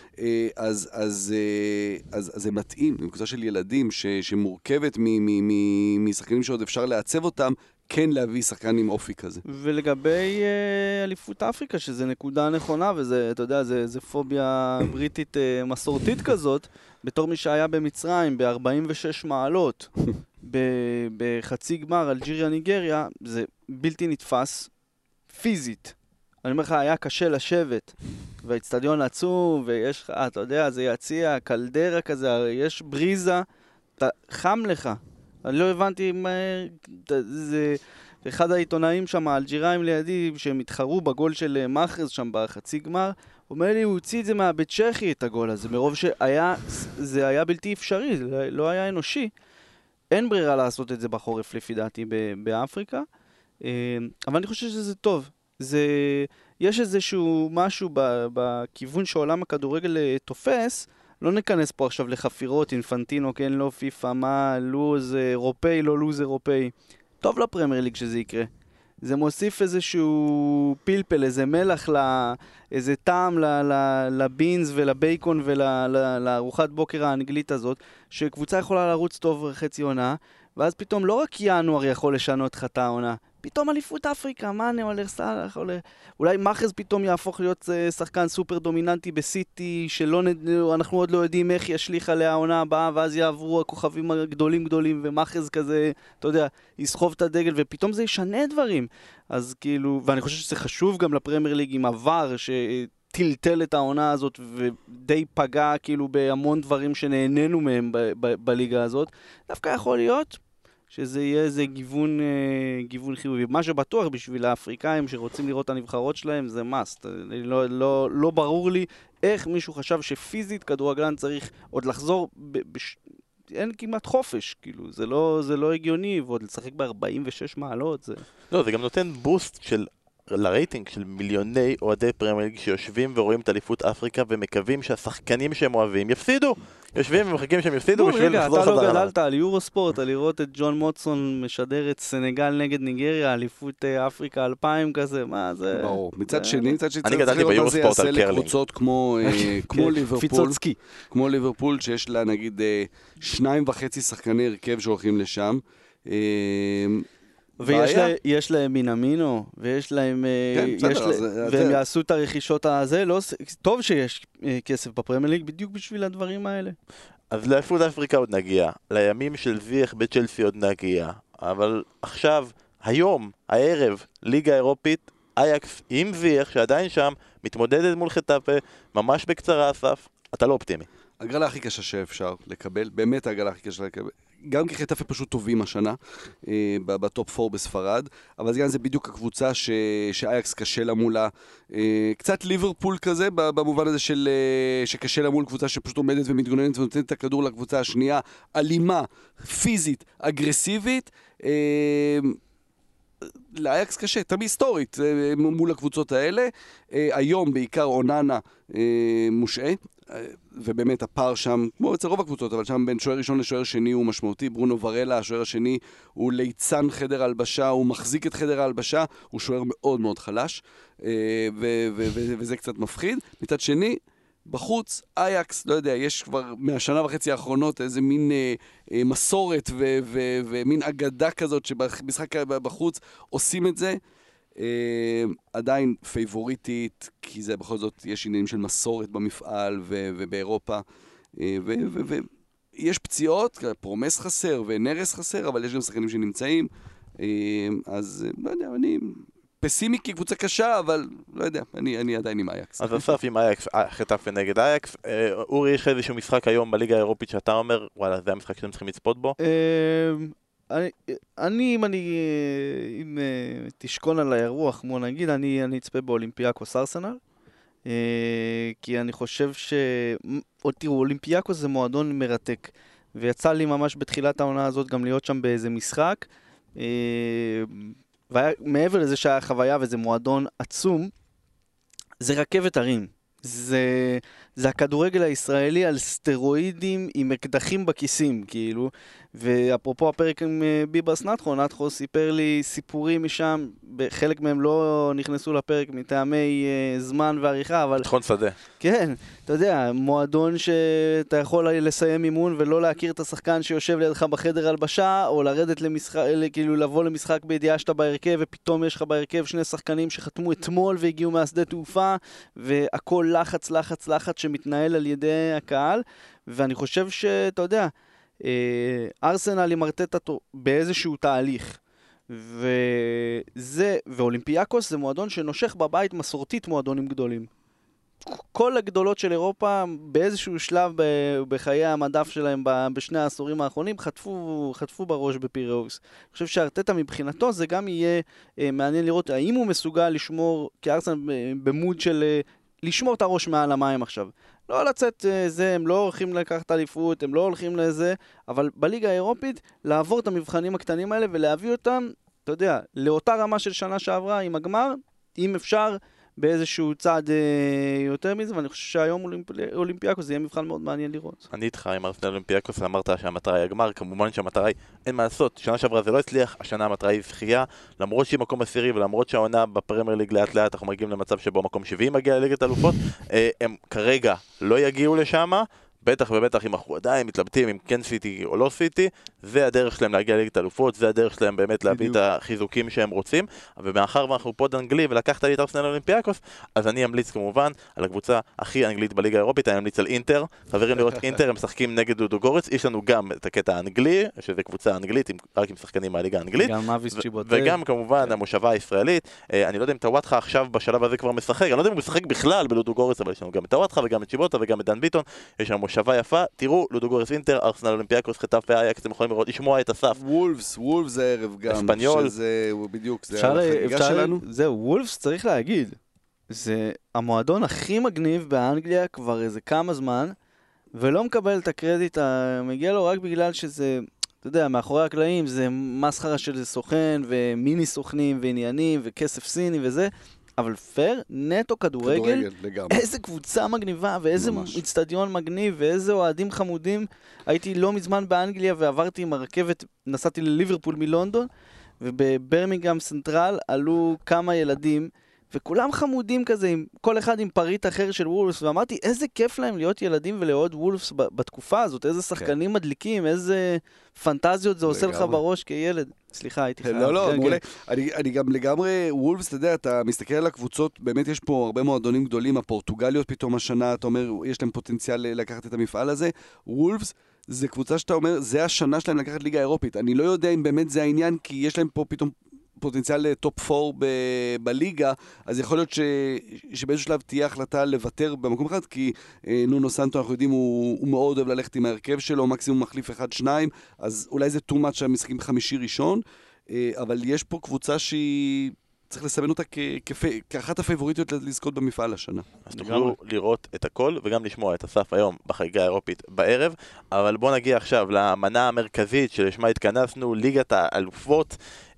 אז זה מתאים. זו קבוצה של ילדים שמורכבת משחקנים שעוד אפשר לעצב אותם, כן להביא שחקן עם אופי כזה. ולגבי uh, אליפות אפריקה, שזה נקודה נכונה, וזה, אתה יודע, זה, זה פוביה בריטית uh, מסורתית כזאת, בתור מי שהיה במצרים ב-ארבעים ושש מעלות, ב- בחצי גמר אלג'יריה ניגריה, זה בלתי נתפס, פיזית. אני אומר לך, היה קשה לשבת, והאצטדיון עצום, ויש לך, אתה יודע, זה יציע, קלדרה כזה, יש בריזה, אתה, חם לך. אני לא הבנתי מה... זה... אחד העיתונאים שם, האלג'יראים לידי, שהם התחרו בגול של מחרז שם בחצי גמר, אומר לי, הוא הוציא את זה מהבית צ'כי, את הגול הזה, מרוב שהיה... זה היה בלתי אפשרי, זה לא היה אנושי. אין ברירה לעשות את זה בחורף, לפי דעתי, באפריקה. אבל אני חושב שזה טוב. זה, יש איזשהו משהו ב, בכיוון שעולם הכדורגל תופס, לא ניכנס פה עכשיו לחפירות, אינפנטינו, כן, לא פיפה, מה, לוז אירופאי, לא לוז אירופאי. טוב לפרמייר ליג שזה יקרה. זה מוסיף איזשהו פלפל, איזה מלח, לה, איזה טעם ל, ל, לבינס ולבייקון ולארוחת בוקר האנגלית הזאת, שקבוצה יכולה לרוץ טוב חצי עונה, ואז פתאום לא רק ינואר יכול לשנות לך את העונה, פתאום אליפות אפריקה, מה נאמר סלח, אולי מחז פתאום יהפוך להיות שחקן סופר דומיננטי בסיטי, שאנחנו עוד לא יודעים איך ישליך עליה העונה הבאה, ואז יעברו הכוכבים הגדולים גדולים, ומחז כזה, אתה יודע, יסחוב את הדגל, ופתאום זה ישנה דברים. אז כאילו, ואני חושב שזה חשוב גם לפרמייר ליג עם עבר, שטלטל את העונה הזאת, ודי פגע כאילו בהמון דברים שנהנינו מהם ב- ב- בליגה הזאת. דווקא יכול להיות שזה יהיה איזה גיוון, גיוון חיובי. מה שבטוח בשביל האפריקאים שרוצים לראות את הנבחרות שלהם זה must. לא, לא, לא ברור לי איך מישהו חשב שפיזית כדורגלן צריך עוד לחזור, ב, בש... אין כמעט חופש, כאילו, זה לא, זה לא הגיוני, ועוד לשחק ב-ארבעים ושש מעלות. זה... לא, זה גם נותן בוסט של... לרייטינג של מיליוני אוהדי פרמייר ליג שיושבים ורואים את אליפות אפריקה ומקווים שהשחקנים שהם אוהבים יפסידו. יושבים ומחכים שהם יפסידו בשביל לחזור חזרה. אתה לא גדלת על יורוספורט, על לראות את ג'ון מוטסון משדר את סנגל נגד ניגריה, אליפות אפריקה אלפיים כזה, מה זה? ברור. מצד שני, מצד שני, אני גדלתי ביורוספורט על קרלינג. לקבוצות כמו ליברפול, פיצוצקי. כמו ליברפול שיש לה נגיד שניים וחצי שחקני הרכב שהולכים לשם. ויש להם מינמינו, ויש להם, והם יעשו את הרכישות הזה, טוב שיש כסף בפרמייר ליג בדיוק בשביל הדברים האלה. אז לאליפות אפריקה עוד נגיע, לימים של זיח בצ'לסי עוד נגיע, אבל עכשיו, היום, הערב, ליגה אירופית, אייקס עם זיח שעדיין שם, מתמודדת מול חטאפה, ממש בקצרה אסף, אתה לא אופטימי. הגרלה הכי קשה שאפשר לקבל, באמת הגרלה הכי קשה לקבל. גם כי חטאפה פשוט טובים השנה, אה, בטופ ארבע בספרד, אבל גם זה בדיוק הקבוצה ש... שאייקס קשה לה מולה. אה, קצת ליברפול כזה, במובן הזה של, אה, שקשה לה מול קבוצה שפשוט עומדת ומתגוננת ונותנת את הכדור לקבוצה השנייה, אלימה, פיזית, אגרסיבית. אה, לאייקס קשה, תמיד היסטורית מול הקבוצות האלה. היום בעיקר אוננה מושעה, ובאמת הפער שם, כמו אצל רוב הקבוצות, אבל שם בין שוער ראשון לשוער שני הוא משמעותי. ברונו ורלה, השוער השני, הוא ליצן חדר הלבשה, הוא מחזיק את חדר ההלבשה, הוא שוער מאוד מאוד חלש, וזה קצת מפחיד. מצד שני, בחוץ, אייקס, לא יודע, יש כבר מהשנה וחצי האחרונות איזה מין אה, אה, מסורת ו- ו- ומין אגדה כזאת שבמשחק בחוץ עושים את זה. אה, עדיין פייבוריטית, כי זה בכל זאת, יש עניינים של מסורת במפעל ו- ובאירופה. אה, ו- ו- ו- יש פציעות, פרומס חסר ונרס חסר, אבל יש גם שחקנים שנמצאים. אה, אז לא יודע, אני... פסימי כקבוצה קשה, אבל לא יודע, אני, אני עדיין עם אייקס. אז אסף עם אייקס, חטאפה נגד אייקס. אורי, יש איזשהו משחק היום בליגה האירופית שאתה אומר, וואלה, זה המשחק שאתם צריכים לצפות בו? אני, אם אני, אם תשכון על האירוח, כמו נגיד, אני אצפה באולימפיאקוס ארסנל, כי אני חושב ש... תראו, אולימפיאקוס זה מועדון מרתק, ויצא לי ממש בתחילת העונה הזאת גם להיות שם באיזה משחק, ומעבר לזה שהיה חוויה וזה מועדון עצום, זה רכבת הרים. זה, זה הכדורגל הישראלי על סטרואידים עם אקדחים בכיסים, כאילו. ואפרופו הפרק עם ביברס נתחו, נתחו סיפר לי סיפורים משם, חלק מהם לא נכנסו לפרק מטעמי uh, זמן ועריכה, אבל... ביטחון שדה. כן, אתה יודע, מועדון שאתה יכול לסיים אימון ולא להכיר את השחקן שיושב לידך בחדר הלבשה, או לרדת למשחק, כאילו לבוא למשחק בידיעה שאתה בהרכב, ופתאום יש לך בהרכב שני שחקנים שחתמו אתמול והגיעו מהשדה תעופה, והכל לחץ, לחץ, לחץ שמתנהל על ידי הקהל, ואני חושב שאתה יודע, ארסנל ימרטט אותו באיזשהו תהליך, וזה, ואולימפיאקוס זה מועדון שנושך בבית מסורתית מועדונים גדולים. כל הגדולות של אירופה באיזשהו שלב בחיי המדף שלהם בשני העשורים האחרונים חטפו, חטפו בראש בפיראוס. אני חושב שארטטה מבחינתו זה גם יהיה מעניין לראות האם הוא מסוגל לשמור, כי ארסנל במוד של לשמור את הראש מעל המים עכשיו. לא לצאת זה, הם לא הולכים לקחת אליפות, הם לא הולכים לזה, אבל בליגה האירופית לעבור את המבחנים הקטנים האלה ולהביא אותם, אתה יודע, לאותה רמה של שנה שעברה עם הגמר, אם אפשר, באיזשהו צעד אה, יותר מזה, ואני חושב שהיום אולימפ... אולימפיאקוס זה יהיה מבחן מאוד מעניין לראות. אני איתך עם ארסנל אולימפיאקוס, אמרת שהמטרה היא הגמר, כמובן שהמטרה היא, אין מה לעשות, שנה שעברה זה לא הצליח, השנה המטרה היא זכייה, למרות שהיא מקום עשירי ולמרות שהעונה בפרמייר ליג לאט לאט אנחנו מגיעים למצב שבו מקום שבעים מגיע לליגת האלופות, אה, הם כרגע לא יגיעו לשם, בטח ובטח אם אנחנו עדיין מתלבטים אם כן סיטי או לא סיטי, זה הדרך שלהם להגיע לליגת האלופות, זה הדרך שלהם באמת להביא את החיזוקים שהם רוצים, ומאחר ואנחנו פוד אנגלי ולקחת לי את ארסנל אולימפיאקוס, אז אני אמליץ כמובן על הקבוצה הכי אנגלית בליגה האירופית, אני אמליץ על אינטר, חברים לראות אינטר, הם משחקים נגד לודוגורץ, יש לנו גם את הקטע האנגלי, שזה קבוצה אנגלית, רק עם שחקנים מהליגה האנגלית, וגם כמובן המושבה הישראלית, אני לא יודע אם טוואטחה עכשיו בשלב הזה כבר משחק, אני לא יודע אם הוא משחק בכלל בלודוגורץ, אבל יש לנו גם את טוואטחה וגם את צ'יבוטה וגם את דן ביטון, יש לנו מושבה יפה, תראו, לודוגורץ אינטר, ארסנל אולימפיאקוס, חטף ואייקס, אתם יכולים לראות, לשמוע את הסף. וולפס, וולפס הערב גם. אספניול. שזה, בדיוק, זה החגיגה שלנו. זהו, וולפס צריך להגיד. זה המועדון הכי מגניב באנגליה כבר איזה כמה זמן, ולא מקבל את הקרדיט המגיע לו רק בגלל שזה, אתה יודע, מאחורי הקלעים זה מסחרה של סוכן, ומיני סוכנים, ועניינים, וכסף סיני וזה. אבל פייר, נטו כדורגל, איזה קבוצה מגניבה, ואיזה אצטדיון מגניב, ואיזה אוהדים חמודים. הייתי לא מזמן באנגליה ועברתי עם הרכבת, נסעתי לליברפול מלונדון, ובברמינגהאם סנטרל עלו כמה ילדים, וכולם חמודים כזה, עם, כל אחד עם פריט אחר של וולפס, ואמרתי, איזה כיף להם להיות ילדים ולעוד וולפס בתקופה הזאת, איזה שחקנים כן. מדליקים, איזה פנטזיות זה עושה לך בראש כילד. סליחה, הייתי חייב. לא, לא, מעולה. אני, אני גם לגמרי, וולפס, אתה יודע, אתה מסתכל על הקבוצות, באמת יש פה הרבה מועדונים גדולים, הפורטוגליות פתאום השנה, אתה אומר, יש להם פוטנציאל לקחת את המפעל הזה. וולפס, זה קבוצה שאתה אומר, זה השנה שלהם לקחת ליגה אירופית. אני לא יודע אם באמת זה העניין, כי יש להם פה פתאום פוטנציאל לטופ פור ב- בליגה, אז יכול להיות ש- שבאיזשהו שלב תהיה החלטה לוותר במקום אחד, כי אה, נונו סנטו, אנחנו יודעים, הוא, הוא מאוד אוהב ללכת עם ההרכב שלו, מקסימום מחליף אחד, שניים, אז אולי זה too much שהם משחקים חמישי ראשון, אה, אבל יש פה קבוצה שהיא צריך לסמן אותה כ- כפ- כאחת הפייבוריטיות לזכות במפעל השנה. אז תוכלו לראות את הכל וגם לשמוע את הסף היום בחגיגה האירופית בערב, אבל בואו נגיע עכשיו למנה המרכזית שלשמה התכנסנו, ליגת האלופות,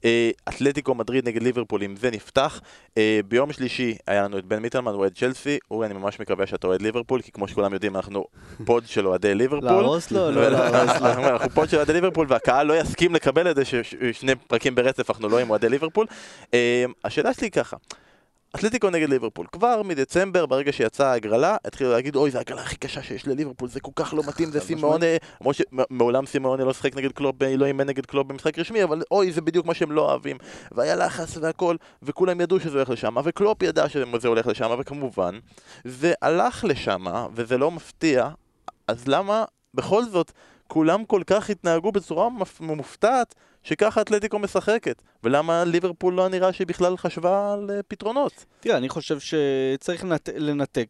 אתלטיקו מדריד נגד ליברפול, עם זה נפתח. ביום שלישי היה לנו את בן מיטלמן, הוא אוהד צ'לסי, אורי, אני ממש מקווה שאתה אוהד ליברפול, כי כמו שכולם יודעים, אנחנו פוד של אוהדי ליברפול. להרוס לו? לא להרוס לו. אנחנו פוד של אוהדי ליברפול, והקהל לא יסכים לקבל את זה ששני פרקים ברצף אנחנו לא עם אוהדי ליברפול. השאלה שלי היא ככה, אתלטיקו נגד ליברפול, כבר מדצמבר, ברגע שיצאה ההגרלה, התחילו להגיד, אוי, זה ההגרלה הכי קשה שיש לליברפול, זה כל כך לא מתאים, זה סימאונה, למרות שמעולם סימאונה לא שחק נגד קלופ, לא אימן נגד קלופ במשחק רשמי, אבל אוי, זה בדיוק מה שהם לא אוהבים, והיה לחץ והכל, וכולם ידעו שזה הולך לשם, וקלופ ידע שזה הולך לשם, וכמובן, זה הלך לשם, וזה לא מפתיע, אז למה בכל זאת כולם כל כך התנהגו בצורה מופתעת שככה אתלטיקו משחקת, ולמה ליברפול לא נראה שהיא בכלל חשבה על פתרונות? תראה, אני חושב שצריך לנתק, לנתק.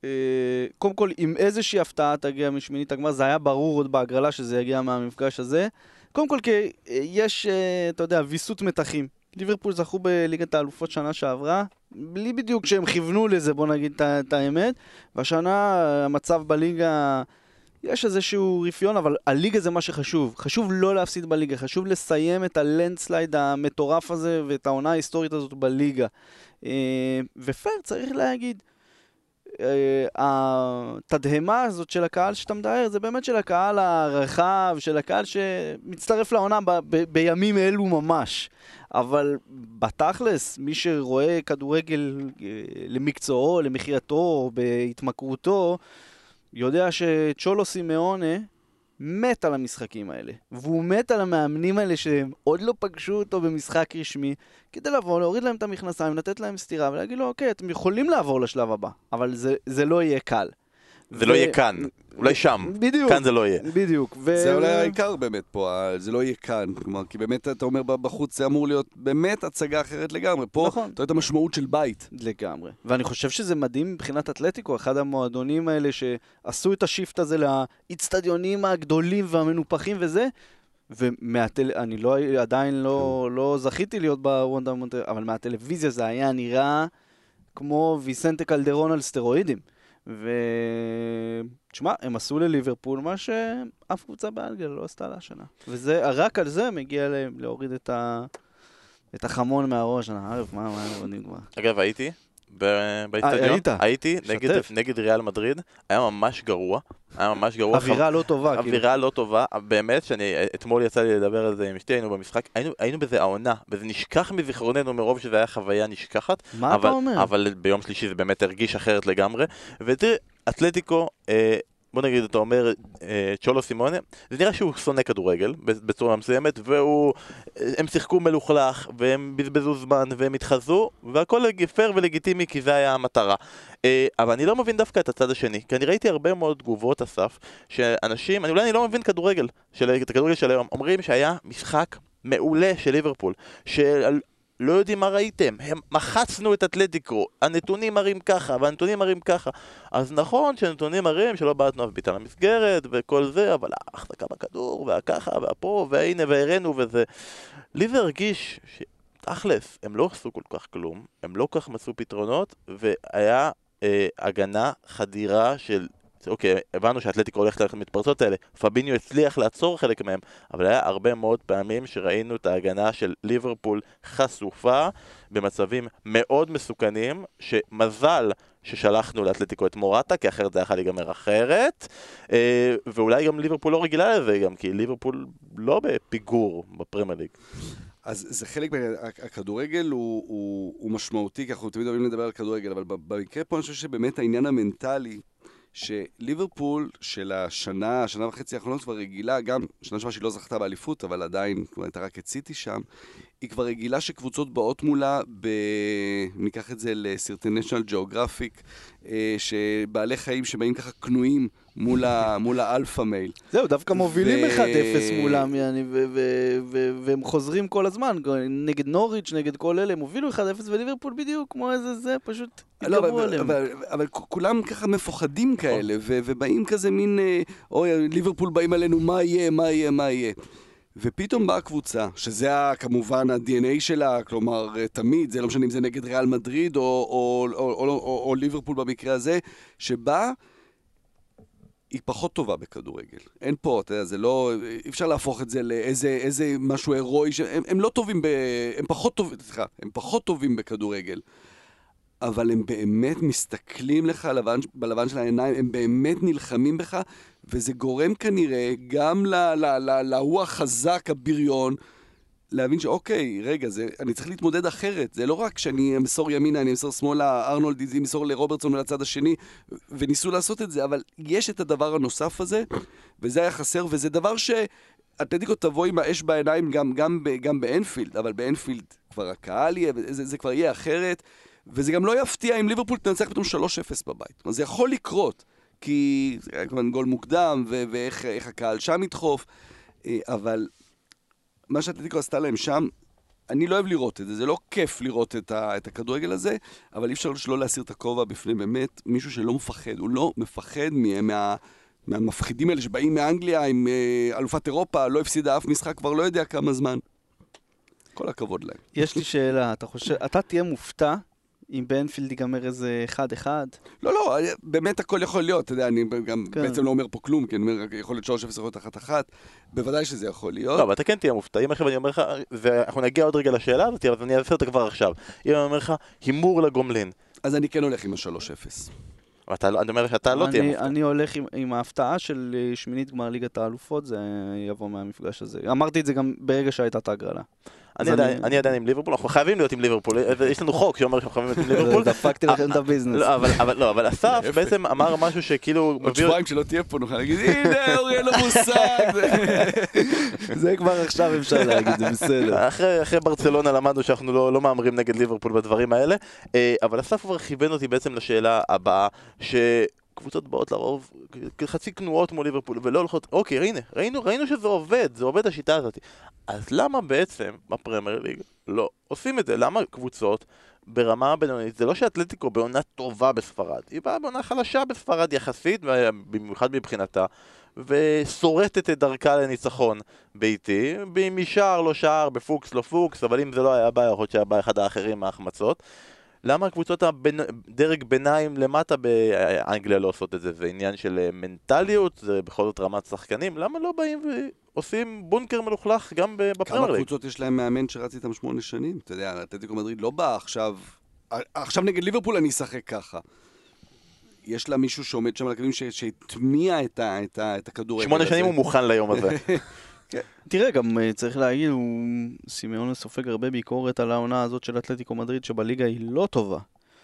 קודם כל, עם איזושהי הפתעה תגיע משמינית הגמר, זה היה ברור עוד בהגרלה שזה יגיע מהמפגש הזה. קודם כל, כי יש, אתה יודע, ויסות מתחים. ליברפול זכו בליגת האלופות שנה שעברה, בלי בדיוק שהם כיוונו לזה, בוא נגיד את האמת, והשנה המצב בליגה יש איזשהו רפיון, אבל הליגה זה מה שחשוב. חשוב לא להפסיד בליגה, חשוב לסיים את הלנדסלייד המטורף הזה ואת העונה ההיסטורית הזאת בליגה. ופייר, צריך להגיד, התדהמה הזאת של הקהל שאתה מדבר, זה באמת של הקהל הרחב, של הקהל שמצטרף לעונה ב- ב- בימים אלו ממש. אבל בתכלס, מי שרואה כדורגל למקצועו, למחייתו, בהתמכרותו, יודע שצ'ולו סימאונה מת על המשחקים האלה, והוא מת על המאמנים האלה שהם עוד לא פגשו אותו במשחק רשמי, כדי לבוא, להוריד להם את המכנסיים, לתת להם סתירה ולהגיד לו, אוקיי, אתם יכולים לעבור לשלב הבא, אבל זה, זה לא יהיה קל. זה לא יהיה כאן, אולי שם, בדיוק, כאן זה לא יהיה. בדיוק. זה אולי העיקר באמת פה, זה לא יהיה כאן, כלומר, כי באמת אתה אומר בחוץ זה אמור להיות באמת הצגה אחרת לגמרי, פה אתה רואה את המשמעות של בית. לגמרי, ואני חושב שזה מדהים מבחינת אתלטיקו, אחד המועדונים האלה שעשו את השיפט הזה לאצטדיונים הגדולים והמנופחים וזה, ואני לא, עדיין לא, לא זכיתי להיות בוונדה מונטריאל, אבל מהטלוויזיה זה היה נראה כמו ויסנטה קלדרון על סטרואידים. ותשמע, הם עשו לליברפול מה שאף קבוצה באנגליה לא עשתה לה השנה. וזה, רק על זה מגיע להם להוריד את, ה... את החמון מהראש, אני ערב, מה, מה, מה נגמר? אגב, הייתי באצטדיון, היית? הייתי נגד ריאל מדריד, היה ממש גרוע, היה ממש גרוע. אווירה לא טובה. אווירה לא טובה, באמת, שאתמול יצא לי לדבר על זה עם אשתי, היינו במשחק, היינו בזה העונה, וזה נשכח מזיכרוננו מרוב שזה היה חוויה נשכחת. מה אתה אומר? אבל ביום שלישי זה באמת הרגיש אחרת לגמרי, ותראה, אתלטיקו, בוא נגיד, אתה אומר, צ'ולו סימונה, זה נראה שהוא שונא כדורגל בצורה מסוימת, והם שיחקו מלוכלך, והם בזבזו זמן, והם התחזו, והכל פייר ולגיטימי, כי זה היה המטרה. אבל אני לא מבין דווקא את הצד השני, כי אני ראיתי הרבה מאוד תגובות, אסף, שאנשים, אולי אני לא מבין כדורגל, את הכדורגל של היום, אומרים שהיה משחק מעולה של ליברפול, של... לא יודעים מה ראיתם, הם מחצנו את אתלטיקו, הנתונים מראים ככה, והנתונים מראים ככה. אז נכון שהנתונים מראים שלא בעטנו אף ביטה למסגרת וכל זה, אבל ההחזקה בכדור, והככה, והפה, והנה, והראינו וזה. לי זה הרגיש שתכלס, הם לא עשו כל כך כלום, הם לא כל כך מצאו פתרונות, והיה אה, הגנה חדירה של... אוקיי, הבנו שהאתלטיקו הולכת ללכת למתפרצות האלה, פביניו הצליח לעצור חלק מהם, אבל היה הרבה מאוד פעמים שראינו את ההגנה של ליברפול חשופה במצבים מאוד מסוכנים, שמזל ששלחנו לאתלטיקו את מורטה, כי אחרת זה היה יכול להיגמר אחרת, ואולי גם ליברפול לא רגילה לזה, גם כי ליברפול לא בפיגור בפרמייר ליג. אז זה חלק, הכדורגל הוא, הוא, הוא משמעותי, כי אנחנו תמיד אוהבים לדבר על כדורגל, אבל במקרה פה אני חושב שבאמת העניין המנטלי, שליברפול של השנה, השנה וחצי האחרונות כבר רגילה, גם שנה שמה שהיא לא זכתה באליפות, אבל עדיין כבר הייתה רק הציתי שם, היא כבר רגילה שקבוצות באות מולה, ב... ניקח את זה לסרטי National Geographic, שבעלי חיים שבאים ככה קנויים מול, ה... מול האלפא מייל. זהו, דווקא מובילים אחד אפס מולם, והם חוזרים כל הזמן, נגד נוריץ', נגד כל אלה, הם הובילו אחד אפס וליברפול בדיוק, כמו איזה זה, פשוט התגברו עליהם. אבל כולם ככה מפוחדים כאלה, ובאים כזה מין, אוי, ליברפול באים עלינו, מה יהיה, מה יהיה, מה יהיה. ופתאום באה קבוצה, שזה כמובן ה-די אן איי שלה, כלומר, תמיד, זה לא משנה אם זה נגד ריאל מדריד או, או, או, או, או, או ליברפול במקרה הזה, שבה היא פחות טובה בכדורגל. אין פה, אתה יודע, זה לא, אי אפשר להפוך את זה לאיזה איזה משהו הירואי, הם, הם לא טובים, ב, הם פחות טובים, סליחה, הם פחות טובים בכדורגל. אבל הם באמת מסתכלים לך לבן, בלבן של העיניים, הם באמת נלחמים בך, וזה גורם כנראה גם להוא החזק, הבריון, להבין שאוקיי, רגע, זה, אני צריך להתמודד אחרת. זה לא רק שאני אמסור ימינה, אני אמסור שמאלה, ארנולד ימסור לרוברטסון ולצד השני, וניסו לעשות את זה, אבל יש את הדבר הנוסף הזה, וזה היה חסר, וזה דבר שאתלטיקו תבוא עם האש בעיניים גם, גם, גם באנפילד, אבל באנפילד כבר הקהל יהיה, זה, זה כבר יהיה אחרת, וזה גם לא יפתיע אם ליברפול תנצח פתאום שלוש אפס בבית. אז זה יכול לקרות, כי זה היה כמובן גול מוקדם, ו- ואיך איך הקהל שם ידחוף, אבל מה שאתלטיקו עשתה להם שם, אני לא אוהב לראות את זה, זה לא כיף לראות את, ה- את הכדורגל הזה, אבל אי אפשר שלא להסיר את הכובע בפני באמת מישהו שלא מפחד, הוא לא מפחד מה... מה מהמפחידים האלה שבאים מאנגליה עם אה, אלופת אירופה, לא הפסידה אף משחק, כבר לא יודע כמה זמן. כל הכבוד להם. יש לי שאלה, אתה חושב, אתה תהיה מופתע אם באנפילד ייגמר איזה אחד אחד? לא, לא, באמת הכל יכול להיות, אתה יודע, אני גם כן. בעצם לא אומר פה כלום, כי אני אומר, יכול להיות שלוש אפס יכול להיות אחת אחת, בוודאי שזה יכול להיות. לא, אבל אתה כן תהיה מופתע, אם עכשיו אני אומר לך, ואנחנו נגיע עוד רגע לשאלה הזאת, אבל אני אעשה אותה כבר עכשיו. אם אני אומר לך, הימור לגומלין. אז אני כן הולך עם ה-שלוש אפס. אני אומר שאתה לא תהיה מופתע. אני הולך עם, עם ההפתעה של שמינית גמר ליגת האלופות, זה יבוא מהמפגש הזה. אמרתי את זה גם ברגע שהייתה את ההגרלה. אני עדיין, אני... אני עדיין עם ליברפול, אנחנו חייבים להיות עם ליברפול, יש לנו חוק שאומר שאנחנו חייבים להיות עם ליברפול. דפקתי לכם את הביזנס. לא, אבל, אבל, לא, אבל אסף בעצם אמר משהו שכאילו... עוד שבועיים שלא תהיה פה, נוכל להגיד, הנה, אורי, לא מושג. זה כבר עכשיו אפשר להגיד, זה בסדר. אחרי, אחרי ברצלונה למדנו שאנחנו לא, לא מאמרים נגד ליברפול בדברים האלה, אבל אסף כבר כיוון אותי בעצם לשאלה הבאה, ש... קבוצות באות לרוב חצי כנועות מול ליברפול ולא הולכות, אוקיי, הנה, ראינו, ראינו שזה עובד, זה עובד השיטה הזאת. אז למה בעצם בפרמייר ליג לא עושים את זה? למה קבוצות ברמה בינונית? זה לא שאתלטיקו בעונה טובה בספרד, היא באה בעונה חלשה בספרד יחסית, במיוחד מבחינתה, ושורטת את דרכה לניצחון ביתי, משער לא שער, בפוקס לא פוקס, אבל אם זה לא היה בא, יכול להיות שהיה בא אחד האחרים מההחמצות. למה הקבוצות הדרג ביניים למטה באנגליה לא עושות את זה? זה עניין של מנטליות, זה בכל זאת רמת שחקנים, למה לא באים ועושים בונקר מלוכלך גם בפרמייר ליג? כמה קבוצות יש להם מאמן שרץ איתם שמונה שנים? אתה יודע, אתלטיקו מדריד לא בא עכשיו, עכשיו נגד ליברפול אני אשחק ככה. יש לה מישהו שעומד שם על הקווים שהטמיע את, ה, את, ה, את הכדור. שמונה שנים הוא מוכן ליום הזה. תראה, גם צריך להגיד, סימאונה סופג הרבה ביקורת על העונה הזאת של אתלטיקו מדריד, שבליגה היא לא טובה.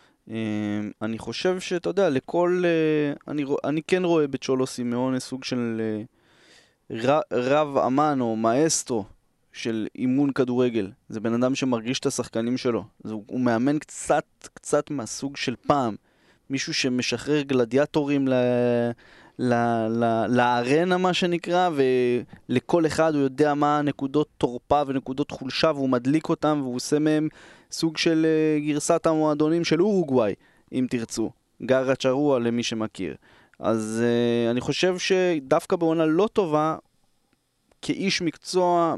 אני חושב שאתה יודע, לכל... אני, אני כן רואה בצ'ולו סימאונה סוג של רב אמן או מאסטרו של אימון כדורגל. זה בן אדם שמרגיש את השחקנים שלו. הוא מאמן קצת, קצת מהסוג של פעם. מישהו שמשחרר גלדיאטורים ל... ל... ל... לארנה מה שנקרא, ולכל אחד הוא יודע מה נקודות תורפה ונקודות חולשה, והוא מדליק אותם, והוא עושה מהם סוג של גרסת המועדונים של אורוגוואי, אם תרצו. גארה צ'רוע למי שמכיר. אז uh, אני חושב שדווקא בעונה לא טובה, כאיש מקצוע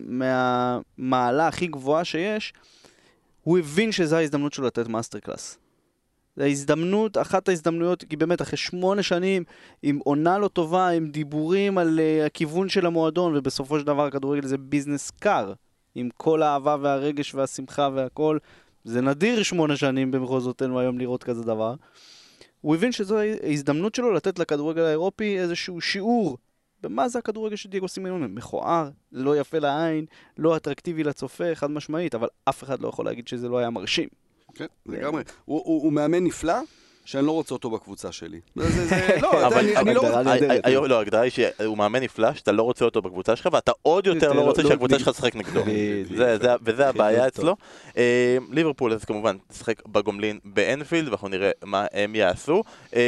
מהמעלה הכי גבוהה שיש, הוא הבין שזו ההזדמנות שלו לתת מאסטר קלאס. זו ההזדמנות, אחת ההזדמנויות, כי באמת אחרי שמונה שנים, עם עונה לא טובה, עם דיבורים על uh, הכיוון של המועדון, ובסופו של דבר הכדורגל זה ביזנס קר, עם כל האהבה והרגש והשמחה והכל. זה נדיר שמונה שנים במחוזותינו היום לראות כזה דבר. הוא הבין שזו ההזדמנות שלו לתת לכדורגל האירופי איזשהו שיעור. במה זה הכדורגל של דייגו סימאונה? מכוער, לא יפה לעין, לא אטרקטיבי לצופה, חד משמעית, אבל אף אחד לא יכול להגיד שזה לא היה מרשים. כן, לגמרי. הוא מאמן נפלא, שאני לא רוצה אותו בקבוצה שלי. לא, אני לא רוצה... לא, ההגדרה היא שהוא מאמן נפלא, שאתה לא רוצה אותו בקבוצה שלך, ואתה עוד יותר לא רוצה שהקבוצה שלך תשחק נגדו. וזה הבעיה אצלו. ליברפול, אז כמובן, תשחק בגומלין באנפילד, ואנחנו נראה מה הם יעשו.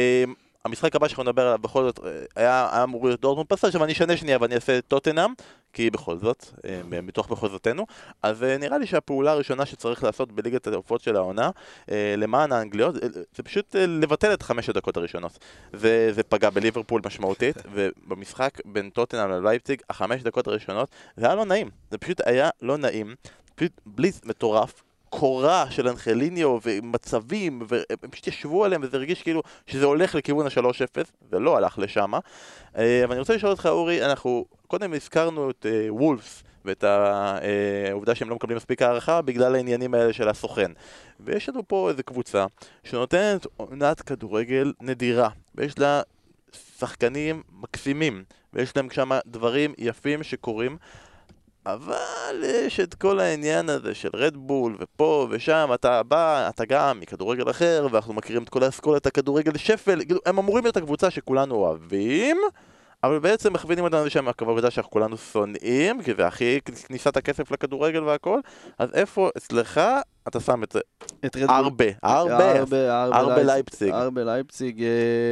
המשחק הבא שאנחנו נדבר עליו בכל זאת היה אמור להיות דורטמונד פסל, עכשיו אני אשנה שנייה ואני אעשה טוטנהאם, כי בכל זאת, מתוך מחוזותינו, אז נראה לי שהפעולה הראשונה שצריך לעשות בליגת העופות של העונה, למען האנגליות, זה פשוט לבטל את חמש הדקות הראשונות. זה פגע בליברפול משמעותית, ובמשחק בין טוטנהאם ללייפציג, החמש דקות הראשונות, זה היה לא נעים, זה פשוט היה לא נעים, פשוט בליץ מטורף, קורה של אנחליניו ומצבים, והם פשוט ישבו עליהם וזה הרגיש כאילו שזה הולך לכיוון ה-שלוש אפס ולא הלך לשם. אבל אני רוצה לשאול אותך אורי, אנחנו קודם הזכרנו את וולפס ואת העובדה שהם לא מקבלים מספיק הערכה בגלל העניינים האלה של הסוכן, ויש לנו פה איזו קבוצה שנותנת עונת כדורגל נדירה ויש לה שחקנים מקסימים ויש להם שם דברים יפים שקורים, אבל יש את כל העניין הזה של רדבול ופה ושם, אתה בא, אתה גם מכדורגל אחר, ואנחנו מכירים את כל האסכולת הכדורגל שפל, הם אמורים להיות הקבוצה שכולנו אוהבים, אבל בעצם מכווינים אותנו שם מהקבוצה שאנחנו כולנו שונאים, כי זה הכי כניסת הכסף לכדורגל והכל, אז איפה אצלך אתה שם את זה? את רדבול. הרבה, הרבה, הרבה לייפציג. הרבה לייפציג.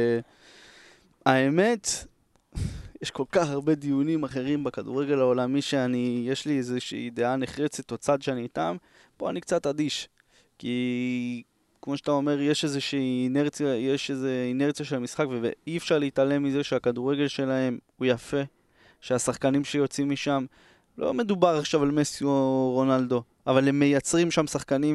האמת... יש כל כך הרבה דיונים אחרים בכדורגל העולמי שאני, יש לי איזושהי דעה נחרצת או צד שאני איתם, פה אני קצת אדיש. כי כמו שאתה אומר, יש איזושהי אינרציה, יש איזו אינרציה של המשחק, ואי אפשר להתעלם מזה שהכדורגל שלהם הוא יפה, שהשחקנים שיוצאים משם, לא מדובר עכשיו על מסי או רונלדו, אבל הם מייצרים שם שחקנים,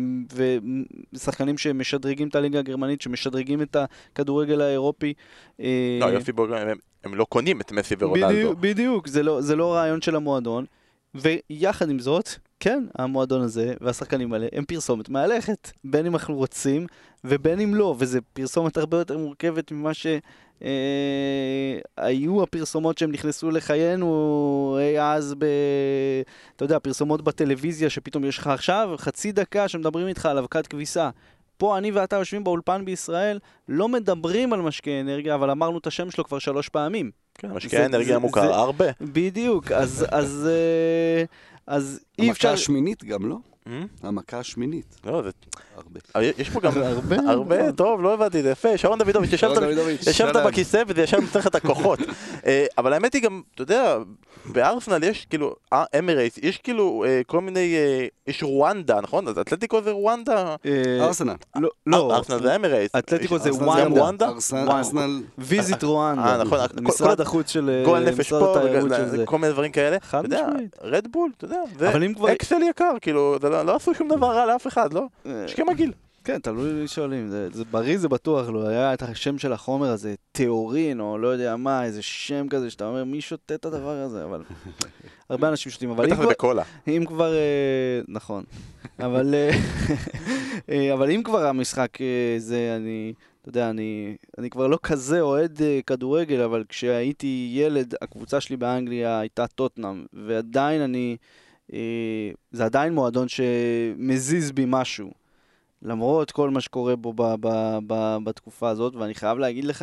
ושחקנים שמשדרגים את הליגה הגרמנית, שמשדרגים את הכדורגל האירופי. לא, יופי בוגרם, הם לא קונים את מסי ורונלדו. בדיוק, בדיוק, זה לא, זה לא רעיון של המועדון, ויחד עם זאת, כן, המועדון הזה והשחקנים האלה הם פרסומת מהלכת, בין אם אנחנו רוצים ובין אם לא, וזה פרסומת הרבה יותר מורכבת ממה שהיו הפרסומות שהם נכנסו לחיינו אז ב... אתה יודע, פרסומות בטלוויזיה שפתאום יש לך עכשיו חצי דקה שמדברים איתך על אבקת כביסה. פה אני ואתה יושבים באולפן בישראל, לא מדברים על משקי אנרגיה, אבל אמרנו את השם שלו כבר שלוש פעמים. כן, משקי אנרגיה מוכר הרבה. בדיוק, אז... אז אז אי אפשר... המכה השמינית גם, לא? המכה השמינית. לא, זה... הרבה. יש פה גם הרבה, טוב, לא הבנתי, זה יפה. שרון דוידוביץ', ישבת בכיסא וזה ישר נצטרך את הכוחות. אבל האמת היא גם, אתה יודע, בארסנל יש כאילו, אמרייטס, יש כאילו כל מיני, יש רואנדה, נכון? אז אתלטיקו זה רואנדה? ארסנל. לא. ארסנל זה אמרייטס. אתלטיקו זה וואנדה? ארסנל. ויזיט רואנדה. אה, נכון. משרד החוץ של... גול נפש פה, כל מיני דברים כאלה. אתה יודע, רדבול, אתה יודע, זה אקסל יקר, כאילו, לא עשו שום דבר רע לאף אחד, לא? שכם הגיל. כן, תלוי שואלים, זה, זה בריא זה בטוח, לא היה את השם של החומר הזה, תיאורין, או לא יודע מה, איזה שם כזה, שאתה אומר, מי שותה את הדבר הזה, אבל הרבה אנשים שותים, אבל בטח זה בקולה. אם כבר, אה, נכון, אבל, אה, אבל אם כבר המשחק אה, זה, אני, אתה יודע, אני, אני כבר לא כזה אוהד אה, כדורגל, אבל כשהייתי ילד, הקבוצה שלי באנגליה הייתה טוטנאם, ועדיין אני, אה, זה עדיין מועדון שמזיז בי משהו. למרות כל מה שקורה בו ב- ב- ב- בתקופה הזאת, ואני חייב להגיד לך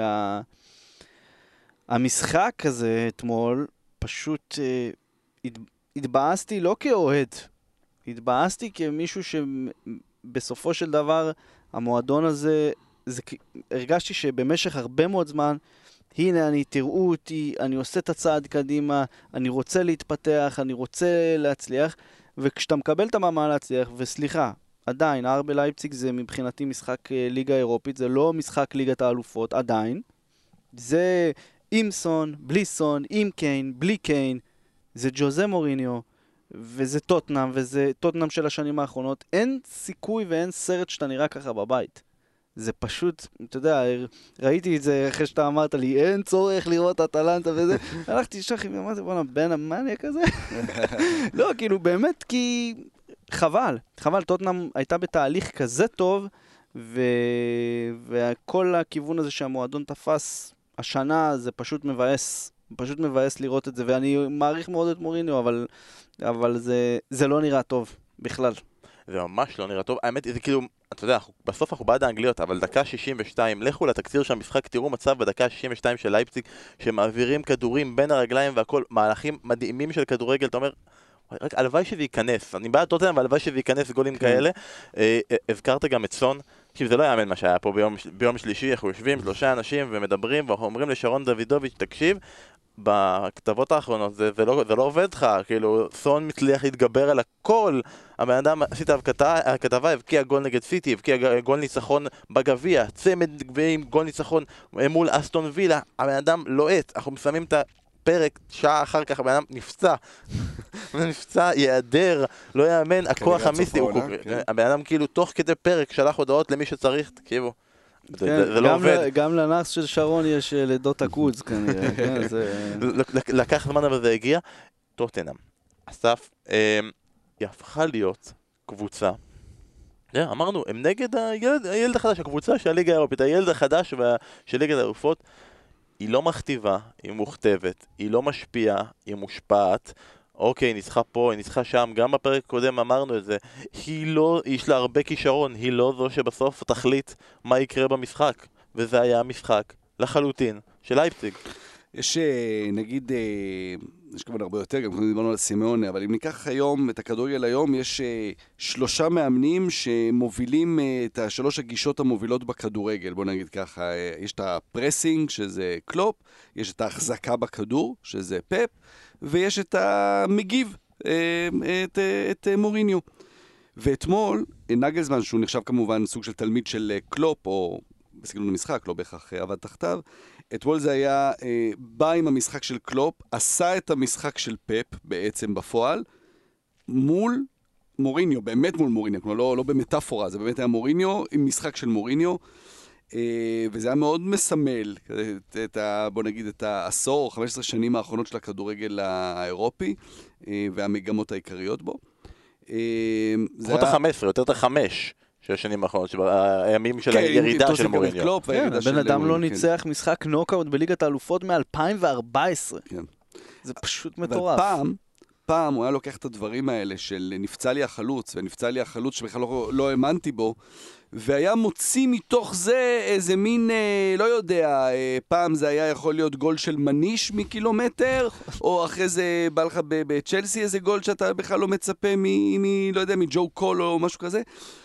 שהמשחק שה- הזה אתמול, פשוט אה, הת- התבאסתי לא כאוהד, התבאסתי כמישהו שבסופו של דבר המועדון הזה, זה, הרגשתי שבמשך הרבה מאוד זמן, הנה אני, תראו אותי, אני עושה את הצעד קדימה, אני רוצה להתפתח, אני רוצה להצליח, וכשאתה מקבל את המאמן להצליח, וסליחה, עדיין, אר בי לייפציג זה מבחינתי משחק ליגה אירופית, זה לא משחק ליגת האלופות, עדיין. זה עם סון, בלי סון, עם קיין, בלי קיין, זה ג'וזה מוריניו, וזה טוטנאם, וזה טוטנאם של השנים האחרונות. אין סיכוי ואין סרט שאתה נראה ככה בבית. זה פשוט, אתה יודע, ראיתי את זה אחרי שאתה אמרת לי, אין צורך לראות אטלנטה וזה. הלכתי שחי ואמרתי, בוא'נה, בן המאניה כזה? לא, כאילו, באמת, כי... חבל, חבל, טוטנאם הייתה בתהליך כזה טוב, ו... וכל הכיוון הזה שהמועדון תפס השנה, זה פשוט מבאס, פשוט מבאס לראות את זה, ואני מעריך מאוד את מוריניו, אבל, אבל זה, זה לא נראה טוב, בכלל. זה ממש לא נראה טוב, האמת, זה כאילו, אתה יודע, בסוף אנחנו בעד האנגליות, אבל דקה שישים ושתיים, לכו לתקציר של המשחק, תראו מצב בדקה שישים ושתיים של לייפציג, שמעבירים כדורים בין הרגליים והכל, מהלכים מדהימים של כדורגל, אתה אומר, רק הלוואי שזה ייכנס, אני בעד טוטנהאם, והלוואי שזה ייכנס גולים כאלה. הזכרת גם את סון, כי זה לא יאמן מה שהיה פה ביום שלישי, אנחנו יושבים שלושה אנשים ומדברים, ואנחנו אומרים לשרון דוידוביץ', תקשיב, בכתבות האחרונות זה לא עובד לך, כאילו סון מצליח להתגבר על הכל, הבן אדם עשית הכתבה, הבקיע גול נגד סיטי, הבקיע גול ניצחון בגביע, צמד גביעים, גול ניצחון מול אסטון וילה, הבן אדם לועט, אנחנו מסיימים את פרק, שעה אחר כך הבן אדם נפצע, נפצע, יעדר, לא יאמן, הכוח המיסטי, הבן אדם כאילו תוך כדי פרק שלח הודעות למי שצריך, תקשיבו, זה לא עובד. גם לנאס של שרון יש לידות הקודס כנראה, לקח זמן אבל זה הגיע. טוטנהאם, אסף, היא הפכה להיות קבוצה, אמרנו, הם נגד הילד החדש, הקבוצה של הליגה האירופית, הילד החדש של ליגת האלופות, היא לא מכתיבה, היא מוכתבת, היא לא משפיעה, היא מושפעת. אוקיי, היא ניצחה פה, היא ניצחה שם, גם בפרק הקודם אמרנו את זה. היא לא, יש לה הרבה כישרון, היא לא זו שבסוף תחליט מה יקרה במשחק. וזה היה המשחק לחלוטין של לייפציג. יש, נגיד, יש כמובן הרבה יותר, גם כמו דיברנו על סימאונה, אבל אם ניקח היום את הכדורגל היום, יש שלושה מאמנים שמובילים את השלוש הגישות המובילות בכדורגל. בוא נגיד ככה, יש את הפרסינג, שזה קלופ, יש את ההחזקה בכדור, שזה פפ, ויש את המגיב, את, את מוריניו. ואתמול, נגלזמן, שהוא נחשב כמובן סוג של תלמיד של קלופ, או בסגנון המשחק, לא בהכרח עבד תחתיו, אתמול זה היה, אה, בא עם המשחק של קלופ, עשה את המשחק של פפ בעצם בפועל, מול מוריניו, באמת מול מוריניו, כלומר לא, לא במטאפורה, זה באמת היה מוריניו עם משחק של מוריניו, אה, וזה היה מאוד מסמל, את, את ה, בוא נגיד את העשור, חמש עשרה שנים האחרונות של הכדורגל האירופי, אה, והמגמות העיקריות בו. אה, פחות ה-חמש עשרה, יותר את ה-חמש. של השנים האחרונות, הימים של הירידה של מוריניו. בן אדם לא ניצח משחק נוקאוט בליגת האלופות מ-אלפיים וארבע עשרה. זה פשוט מטורף. פעם, פעם הוא היה לוקח את הדברים האלה של נפצע לי החלוץ, ונפצע לי החלוץ שבכלל לא האמנתי בו, והיה מוציא מתוך זה איזה מין, לא יודע, פעם זה היה יכול להיות גול של מניש מקילומטר, או אחרי זה בא לך בצ'לסי איזה גול שאתה בכלל לא מצפה מ, לא יודע, מג'ו קול או משהו כזה.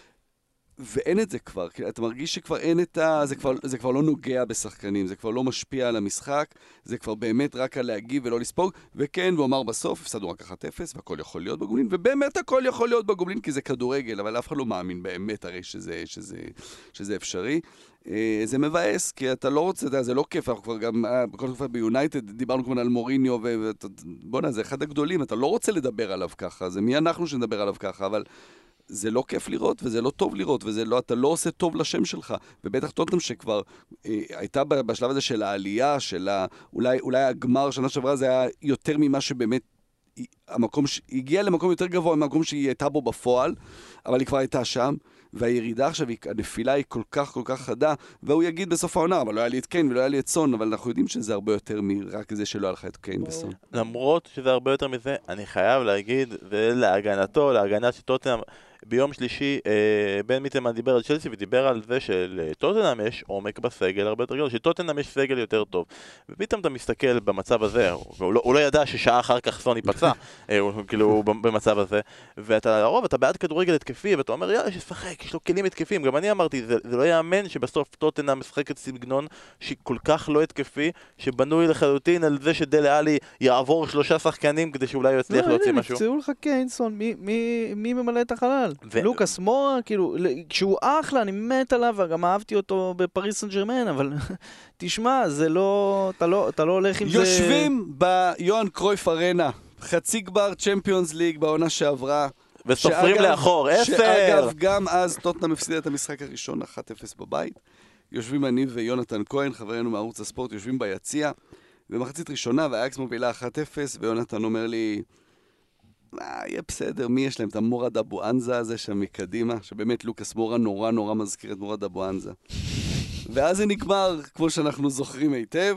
ואין את זה כבר, אתה מרגיש שכבר אין את ה... זה כבר, זה כבר לא נוגע בשחקנים, זה כבר לא משפיע על המשחק, זה כבר באמת רק על להגיב ולא לספוג, וכן, הוא אמר בסוף, הפסדנו רק אחת אפס, והכל יכול להיות בגובלין, ובאמת הכל יכול להיות בגובלין, כי זה כדורגל, אבל אף אחד לא מאמין באמת הרי שזה, שזה, שזה אפשרי. זה מבאס, כי אתה לא רוצה, זה לא כיף, אנחנו כבר גם, בכל תקופה ביונייטד, דיברנו כבר על מוריניו, ובוא'נה, זה אחד הגדולים, אתה לא רוצה לדבר עליו ככה, זה מי אנחנו שנדבר עליו ככה, אבל זה לא כיף לראות, וזה לא טוב לראות, וזה לא, אתה לא עושה טוב לשם שלך. ובטח טוטנהאם שכבר אה, הייתה בשלב הזה של העלייה, של ה, אולי, אולי הגמר שנה שעברה, זה היה יותר ממה שבאמת, המקום ש... הגיע למקום יותר גבוה מהמקום שהיא הייתה בו בפועל, אבל היא כבר הייתה שם, והירידה עכשיו, הנפילה היא כל כך כל כך חדה, והוא יגיד בסוף העונה, אבל לא היה לי את קיין ולא היה לי את סון, אבל אנחנו יודעים שזה הרבה יותר מרק זה שלא היה לך את קיין וסון. למרות שזה הרבה יותר מזה, אני חייב להגיד, ולהגנתו, להגנת שטוטנהאם, ביום שלישי אה, בן מיטלמן דיבר על צ'לסי ודיבר על זה שלטוטנהאם יש עומק בסגל הרבה יותר גדול, שטוטנהאם יש סגל יותר טוב. ופתאום אתה מסתכל במצב הזה, הוא לא, הוא לא ידע ששעה אחר כך סון ייפצע, כאילו במצב הזה, ואתה לרוב, אתה בעד כדורגל התקפי, ואתה אומר, יאללה, ששחק, יש לו כלים התקפיים. גם אני אמרתי, זה, זה לא יאמן שבסוף טוטנהאם משחקת סגנון שכל כך לא התקפי, שבנוי לחלוטין על זה שדלה עלי יעבור שלושה שחקנים כדי שאולי הוא יצליח להוציא משהו. נפצעו לך קיין-סון, מי, מי, מי ממלא את החלל? ו... לוקאס מורה, כאילו, כשהוא אחלה, אני מת עליו, וגם אהבתי אותו בפריס סן ז'רמן, אבל תשמע, זה לא, אתה לא, אתה לא הולך עם יושבים זה... יושבים ביוהאן קרויף ארנה, חצי גמר צ'מפיונס ליג בעונה שעברה. וסופרים שאגב, לאחור, עשר! שאגב, גם אז טוטנהאם הפסידה את המשחק הראשון, אחת אפס בבית. יושבים אני ויונתן כהן, חברנו מערוץ הספורט, יושבים ביציע, במחצית ראשונה, והאייקס מובילה אחת אפס, ויונתן אומר לי, אה, יהיה בסדר, מי יש להם? את המורד אבו אנזה הזה שם מקדימה, שבאמת לוקאס מורה נורא נורא מזכיר את מורד אבו אנזה. ואז זה נגמר, כמו שאנחנו זוכרים היטב,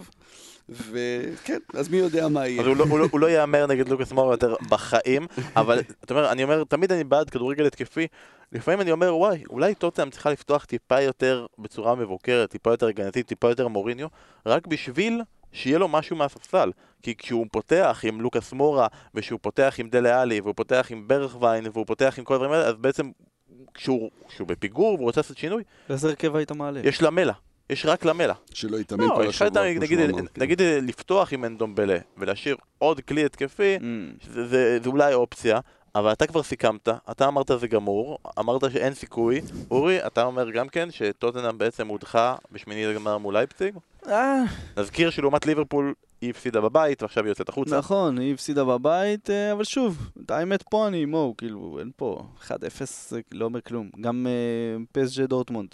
וכן, אז מי יודע מה יהיה. אז הוא לא, הוא לא, הוא לא יאמר נגד לוקאס מורה יותר בחיים, אבל אתה אומר, אני אומר, תמיד אני בעד כדורגל התקפי, לפעמים אני אומר, וואי, אולי טוטנהאם צריכה לפתוח טיפה יותר בצורה מבוקרת, טיפה יותר הגנתית, טיפה יותר מוריניו, רק בשביל שיהיה לו משהו מהספסל. כי כשהוא פותח עם לוקאס מורה, ושהוא פותח עם דלה עלי, והוא פותח עם ברכווין, והוא פותח עם כל הדברים האלה, אז בעצם כשהוא, כשהוא בפיגור והוא רוצה לעשות שינוי, איזה הרכב היית מעלה? יש למלה. יש רק למלה. שלא יתאמן כל השבוע. נגיד לפתוח עם אנדומבלה ולהשאיר עוד כלי התקפי, זה אולי אופציה, אבל אתה כבר סיכמת, אתה אמרת זה גמור, אמרת שאין סיכוי. אורי, אתה אומר גם כן שטוטנהאם בעצם הודחה בשמיני לגמר מול לייפציג? נזכיר שלעומת ליברפול היא הפסידה בבית ועכשיו היא יוצאת החוצה. נכון, היא הפסידה בבית, אבל שוב, האמת פה אני מו, כאילו, אין פה, אחד אפס לא אומר כלום. גם פס.ג'י דורטמונד.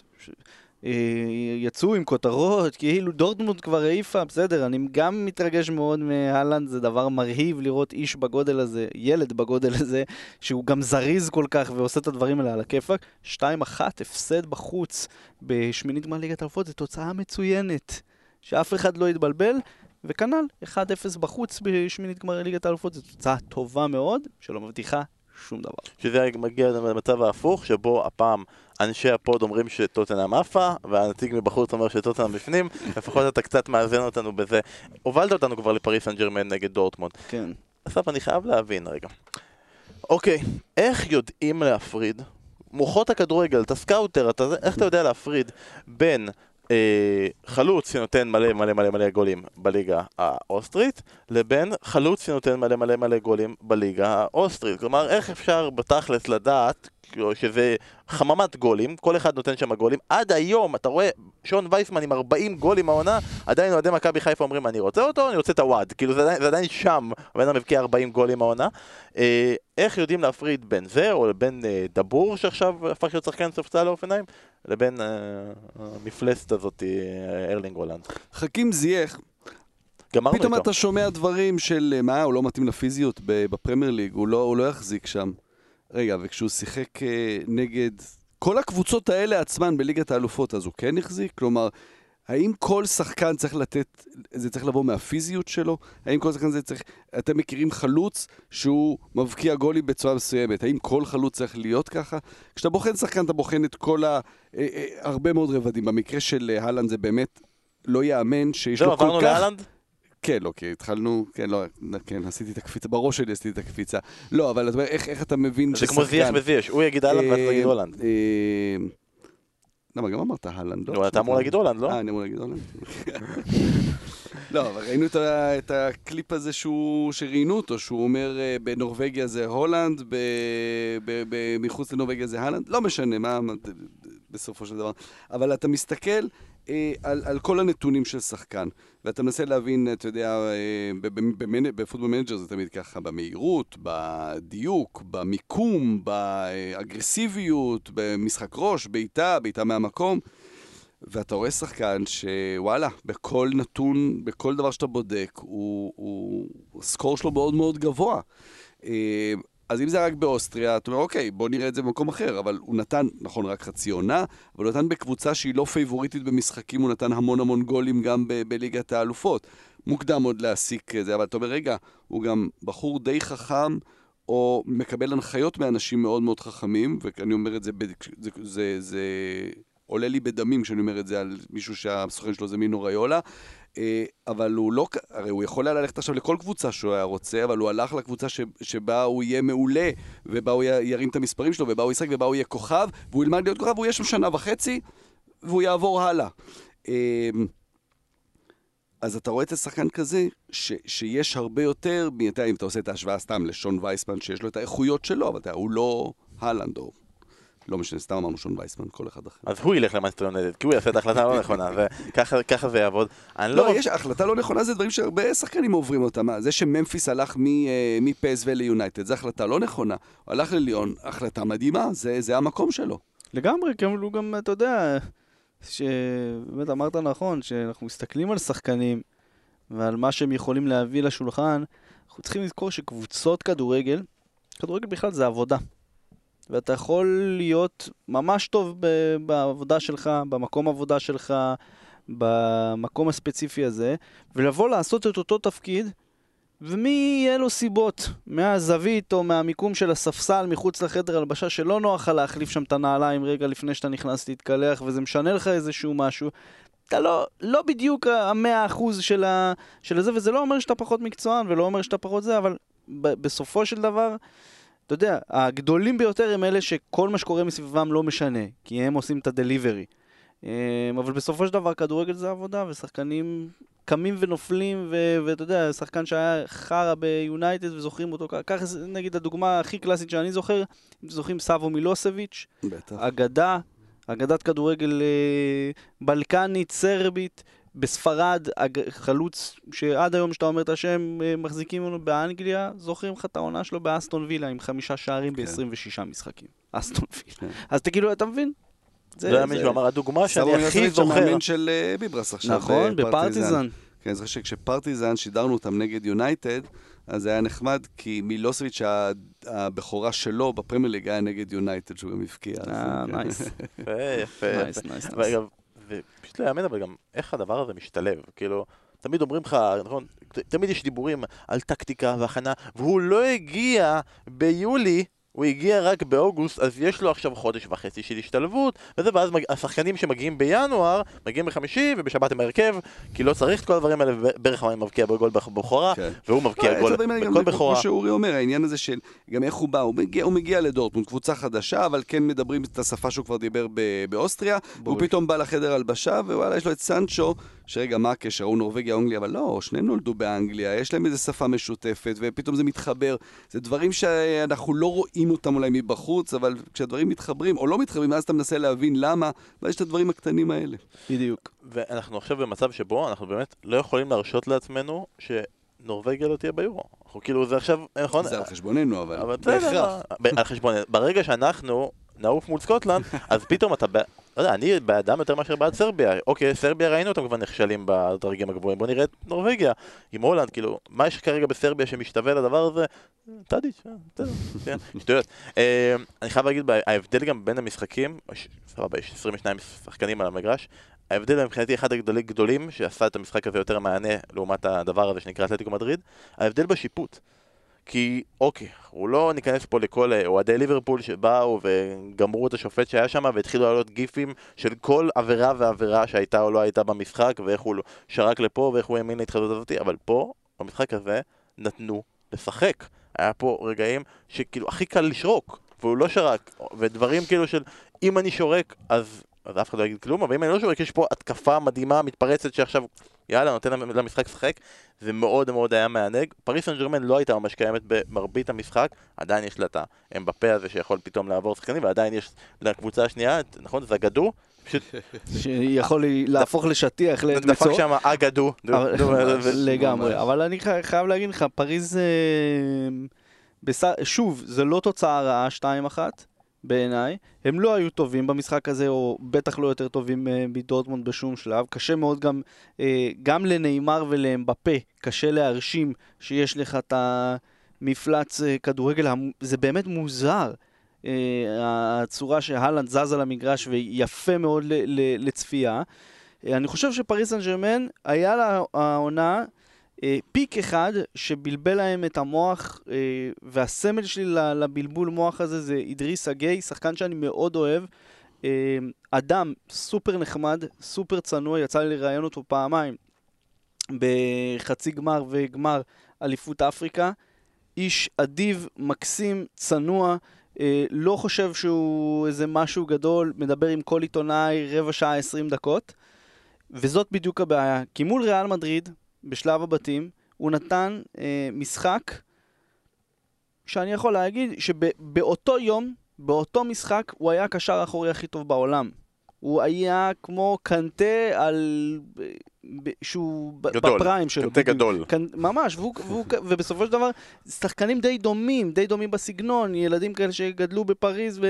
יצאו עם כותרות, כאילו דורטמונד כבר העיפה, בסדר, אני גם מתרגש מאוד מהלנד, זה דבר מרהיב לראות איש בגודל הזה, ילד בגודל הזה, שהוא גם זריז כל כך ועושה את הדברים האלה על הכיפק. שתיים אחת, הפסד בחוץ בשמינית גמר ליגת האלופות, זו תוצאה מצוינת, שאף אחד לא יתבלבל, וכנ"ל, אחד אפס בחוץ בשמינית גמר ליגת האלופות, זו תוצאה טובה מאוד, שלא מבטיחה שום דבר. שזה מגיע למצב ההפוך, שבו הפעם אנשי הפוד אומרים שטוטנהאם עפה, והנציג מבחוץ אומר שטוטנהאם בפנים, לפחות אתה קצת מאזן אותנו בזה. הובלת אותנו כבר לפריס סן ז'רמן נגד דורטמונד. כן. אסף, אני חייב להבין רגע. אוקיי, איך יודעים להפריד? מוחות הכדורגל, אתה סקאוטר, אתה, איך אתה יודע להפריד בין אה, חלוץ שנותן מלא מלא מלא מלא גולים בליגה האוסטרית, לבין חלוץ שנותן מלא מלא מלא גולים בליגה האוסטרית? כלומר, איך אפשר בתכלס לדעת שזה חממת גולים, כל אחד נותן שם גולים. עד היום, אתה רואה, שון וייסמן עם ארבעים גולים העונה, עדיין אוהדי מכבי חיפה אומרים, אני רוצה אותו, אני רוצה את הוואד. כאילו זה עדיין, זה עדיין שם, הבן מבקיע ארבעים גולים העונה. אה, איך יודעים להפריד בין זה, או בין אה, דבור שעכשיו הפך להיות שחקן ספסל לאופניים, לבין אה, המפלסת הזאת, אה, ארלינג הולנד. חכים זייח. גמרנו פתאום איתו. אתה שומע דברים של מה, הוא לא מתאים לפיזיות בפרמייר ליג, הוא לא, הוא לא יחזיק שם. רגע, וכשהוא שיחק נגד כל הקבוצות האלה עצמן בליגת האלופות, אז הוא כן החזיק? כלומר, האם כל שחקן צריך לתת, זה צריך לבוא מהפיזיות שלו? האם כל שחקן זה צריך, אתם מכירים חלוץ שהוא מבקיע גולים בצורה מסוימת? האם כל חלוץ צריך להיות ככה? כשאתה בוחן שחקן, אתה בוחן את כל ה... הרבה מאוד רבדים. במקרה של הלנד זה באמת לא יאמן שיש לו כל כך... זהו, עברנו להלנד? כן, לא, כי התחלנו, כן, לא, כן, עשיתי את הקפיצה, בראש שלי עשיתי את הקפיצה. לא, אבל איך, איך אתה מבין ששחקן... זה כמו זייח וזייש, הוא יגיד הלנד ואתה תגיד הולנד. למה, גם אמרת הלנד, לא? אתה אמור להגיד הולנד, לא? אה, אני אמור להגיד הולנד. לא, אבל ראינו את הקליפ הזה שראיינו אותו, שהוא אומר בנורווגיה זה הולנד, מחוץ לנורווגיה זה הלנד, לא משנה מה בסופו של דבר. אבל אתה מסתכל, אה, על, על כל הנתונים של שחקן. ואתה מנסה להבין, אתה יודע, אה, בפוטבול מנג'ר זה תמיד ככה, במהירות, בדיוק, במיקום, באגרסיביות, במשחק ראש, בעיטה, בעיטה מהמקום. ואתה רואה שחקן שוואלה, בכל נתון, בכל דבר שאתה בודק, הוא, הוא, הסקור שלו מאוד מאוד גבוה. אז אם זה רק באוסטריה, אתה אומר, אוקיי, בוא נראה את זה במקום אחר, אבל הוא נתן, נכון, רק חצי עונה, אבל הוא נתן בקבוצה שהיא לא פייבוריטית במשחקים, הוא נתן המון המון גולים גם ב- בליגת האלופות. מוקדם עוד להסיק זה, אבל אתה אומר, רגע, הוא גם בחור די חכם, או מקבל הנחיות מאנשים מאוד מאוד חכמים, ואני אומר את זה, זה, זה, זה עולה לי בדמים כשאני אומר את זה על מישהו שהסוכן שלו זה מינו ריולה, אבל הוא לא, הרי הוא יכול היה ללכת עכשיו לכל קבוצה שהוא היה רוצה, אבל הוא הלך לקבוצה ש, שבה הוא יהיה מעולה, ובה הוא ירים את המספרים שלו, ובה הוא ישחק, ובה הוא יהיה כוכב, והוא ילמד להיות כוכב, והוא יהיה שם שנה וחצי, והוא יעבור הלאה. אז אתה רואה את השחקן כזה, ש, שיש הרבה יותר, אתה, אם אתה עושה את ההשוואה סתם לשון וייסמן, שיש לו את האיכויות שלו, אבל אתה, הוא לא הלנד, או לא משנה, סתם אמרנו שון וייסמן, כל אחד אחר. אז הוא ילך למאנסטר יונייטד, כי הוא יעשה את ההחלטה הלא נכונה, וככה זה יעבוד. לא, יש, החלטה לא נכונה זה דברים שהרבה שחקנים עוברים אותם. זה שממפיס הלך מפסו ליונייטד, זה החלטה לא נכונה. הוא הלך לליון, החלטה מדהימה, זה המקום שלו. לגמרי, כאילו גם, אתה יודע, שבאמת אמרת נכון, שאנחנו מסתכלים על שחקנים, ועל מה שהם יכולים להביא לשולחן, אנחנו צריכים לזכור שקבוצות כדורגל, כדורגל בכלל זה עבודה. ואתה יכול להיות ממש טוב ב- בעבודה שלך, במקום עבודה שלך, במקום הספציפי הזה, ולבוא לעשות את אותו תפקיד, ומי יהיה לו סיבות, מהזווית או מהמיקום של הספסל מחוץ לחדר הלבשה, שלא נוח להחליף שם את הנעליים רגע לפני שאתה נכנס להתקלח, וזה משנה לך איזשהו משהו. אתה לא, לא בדיוק המאה אחוז של, ה, של זה, וזה לא אומר שאתה פחות מקצוען, ולא אומר שאתה פחות זה, אבל ב- בסופו של דבר, אתה יודע, הגדולים ביותר הם אלה שכל מה שקורה מסביבם לא משנה, כי הם עושים את הדליברי. אבל בסופו של דבר כדורגל זה עבודה, ושחקנים קמים ונופלים, ו- ואתה יודע, שחקן שהיה חרה ביונייטד וזוכרים אותו, כך נגיד הדוגמה הכי קלאסית שאני זוכר, זוכרים סאבו מילוסביץ', אגדה, אגדת כדורגל בלקנית, סרבית, בספרד, חלוץ שעד היום שאתה אומר את השם מחזיקים לנו באנגליה, זוכרים לך את העונה שלו באסטון וילה עם חמישה שערים ב-עשרים ושישה משחקים. אסטון וילה. אז אתה כאילו, אתה מבין? זה היה מישהו אמר, הדוגמה שאני הכי זוכר. זה המאמן של ביברס עכשיו. נכון, בפרטיזן. כן, אני זוכר שכשפרטיזן שידרנו אותם נגד יונייטד, אז זה היה נחמד, כי מילוסביץ' הבכורה שלו בפרמייר ליג היה נגד יונייטד, שהוא גם הפקיע. אה, נייס. יפה, יפה. נייס, נייס, נייס. ופשוט לא יאמן, אבל גם איך הדבר הזה משתלב, כאילו, תמיד אומרים לך, נכון, תמיד יש דיבורים על טקטיקה והכנה, והוא לא הגיע ביולי, הוא הגיע רק באוגוסט, אז יש לו עכשיו חודש וחצי של השתלבות, וזה, ואז השחקנים שמגיעים בינואר, מגיעים בחמישי ובשבת עם הרכב, כי לא צריך את כל הדברים האלה, בערך מה מבקיע בגול בחורה, והוא מבקיע גול בכל בחורה. כמו שאורי אומר, העניין הזה של גם איך הוא בא, הוא מגיע לדורטמונד, קבוצה חדשה, אבל כן מדברים את השפה שהוא כבר דיבר באוסטריה, הוא פתאום בא לחדר הלבשה, ווואלה, יש לו את סנצ'ו, שרגע, מה הקשר? הוא נורווגיה, אנגליה, אבל לא, שני נולדו באנגליה, יש להם איזו שפה משותפת, ופתאום זה מתחבר. זה דברים שאנחנו לא רואים אותם אולי מבחוץ, אבל כשהדברים מתחברים, או לא מתחברים, אז אתה מנסה להבין למה, ויש את הדברים הקטנים האלה. בדיוק. ואנחנו עכשיו במצב שבו אנחנו באמת לא יכולים להרשות לעצמנו שנורווגיה לא תהיה ביורו. אנחנו כאילו, זה עכשיו, נכון? זה על חשבוננו, אבל... אבל בהכרח. על חשבוננו. ברגע שאנחנו נעוף מול סקוטלנד, אז פתאום אתה... לא יודע, אני באדם יותר מאשר בעד סרביה. אוקיי, סרביה ראינו אותם כבר נכשלים בדרגים הגבוהים. בוא נראה את נורווגיה עם הולנד, כאילו, מה יש כרגע בסרביה שמשתווה לדבר הזה? תדיש, תדע, שטויות. אני חייב להגיד, ההבדל גם בין המשחקים, סבבה, יש עשרים ושניים שחקנים על המגרש, ההבדל מבחינתי אחד הגדולים גדולים שעשה את המשחק הזה יותר מענה לעומת הדבר הזה שנקרא אתלטיקו מדריד, ההבדל בשיפוט. כי, אוקיי, הוא לא ניכנס פה לכל אוהדי ליברפול שבאו וגמרו את השופט שהיה שם והתחילו לעלות גיפים של כל עבירה ועבירה שהייתה או לא הייתה במשחק ואיך הוא שרק לפה ואיך הוא האמין להתחדות הזאת, אבל פה, במשחק הזה, נתנו לשחק. היה פה רגעים שכאילו הכי קל לשרוק, והוא לא שרק, ודברים כאילו של אם אני שורק, אז, אז אף אחד לא יגיד כלום, אבל אם אני לא שורק, יש פה התקפה מדהימה, מתפרצת שעכשיו, יאללה, נותן למשחק לשחק, זה מאוד מאוד היה מענג. פריס סן ז'רמן לא הייתה ממש קיימת במרבית המשחק, עדיין יש לה את האמבפה הזה שיכול פתאום לעבור שחקנים, ועדיין יש לקבוצה השנייה, נכון, זגדו, שיכול להפוך לשטיח למצוא. דפק שם אגדו. לגמרי, אבל אני חייב להגיד לך, פריז, שוב, זה לא תוצאה רעה שתיים אחת. בעיניי, הם לא היו טובים במשחק הזה, או בטח לא יותר טובים מדורטמונד בשום שלב. קשה מאוד גם, גם לניימר ולאמבפה, קשה להרשים שיש לך את המפלץ כדורגל, זה באמת מוזר. הצורה שהלנד זז על המגרש ויפה מאוד לצפייה. אני חושב שפריז סן ז'רמן היה לה העונה פיק אחד שבלבל להם את המוח, והסמל שלי לבלבול מוח הזה זה אידריס אגיי, שחקן שאני מאוד אוהב, אדם סופר נחמד, סופר צנוע, יצא לי לראיין אותו פעמיים בחצי גמר וגמר אליפות אפריקה, איש אדיב, מקסים, צנוע, לא חושב שהוא איזה משהו גדול, מדבר עם כל עיתונאי רבע שעה עשרים דקות, וזאת בדיוק הבעיה, כי מול ריאל מדריד בשלב הבתים, הוא נתן אה, משחק שאני יכול להגיד שבאותו יום, באותו משחק, הוא היה הקשר האחורי הכי טוב בעולם. הוא היה כמו קנטה על... ב, שהוא גדול, בפריים שלו. קנטה גדול. קנ, ממש, והוא, והוא, ובסופו של דבר, שחקנים די דומים, די דומים בסגנון, ילדים כאלה שגדלו בפריז,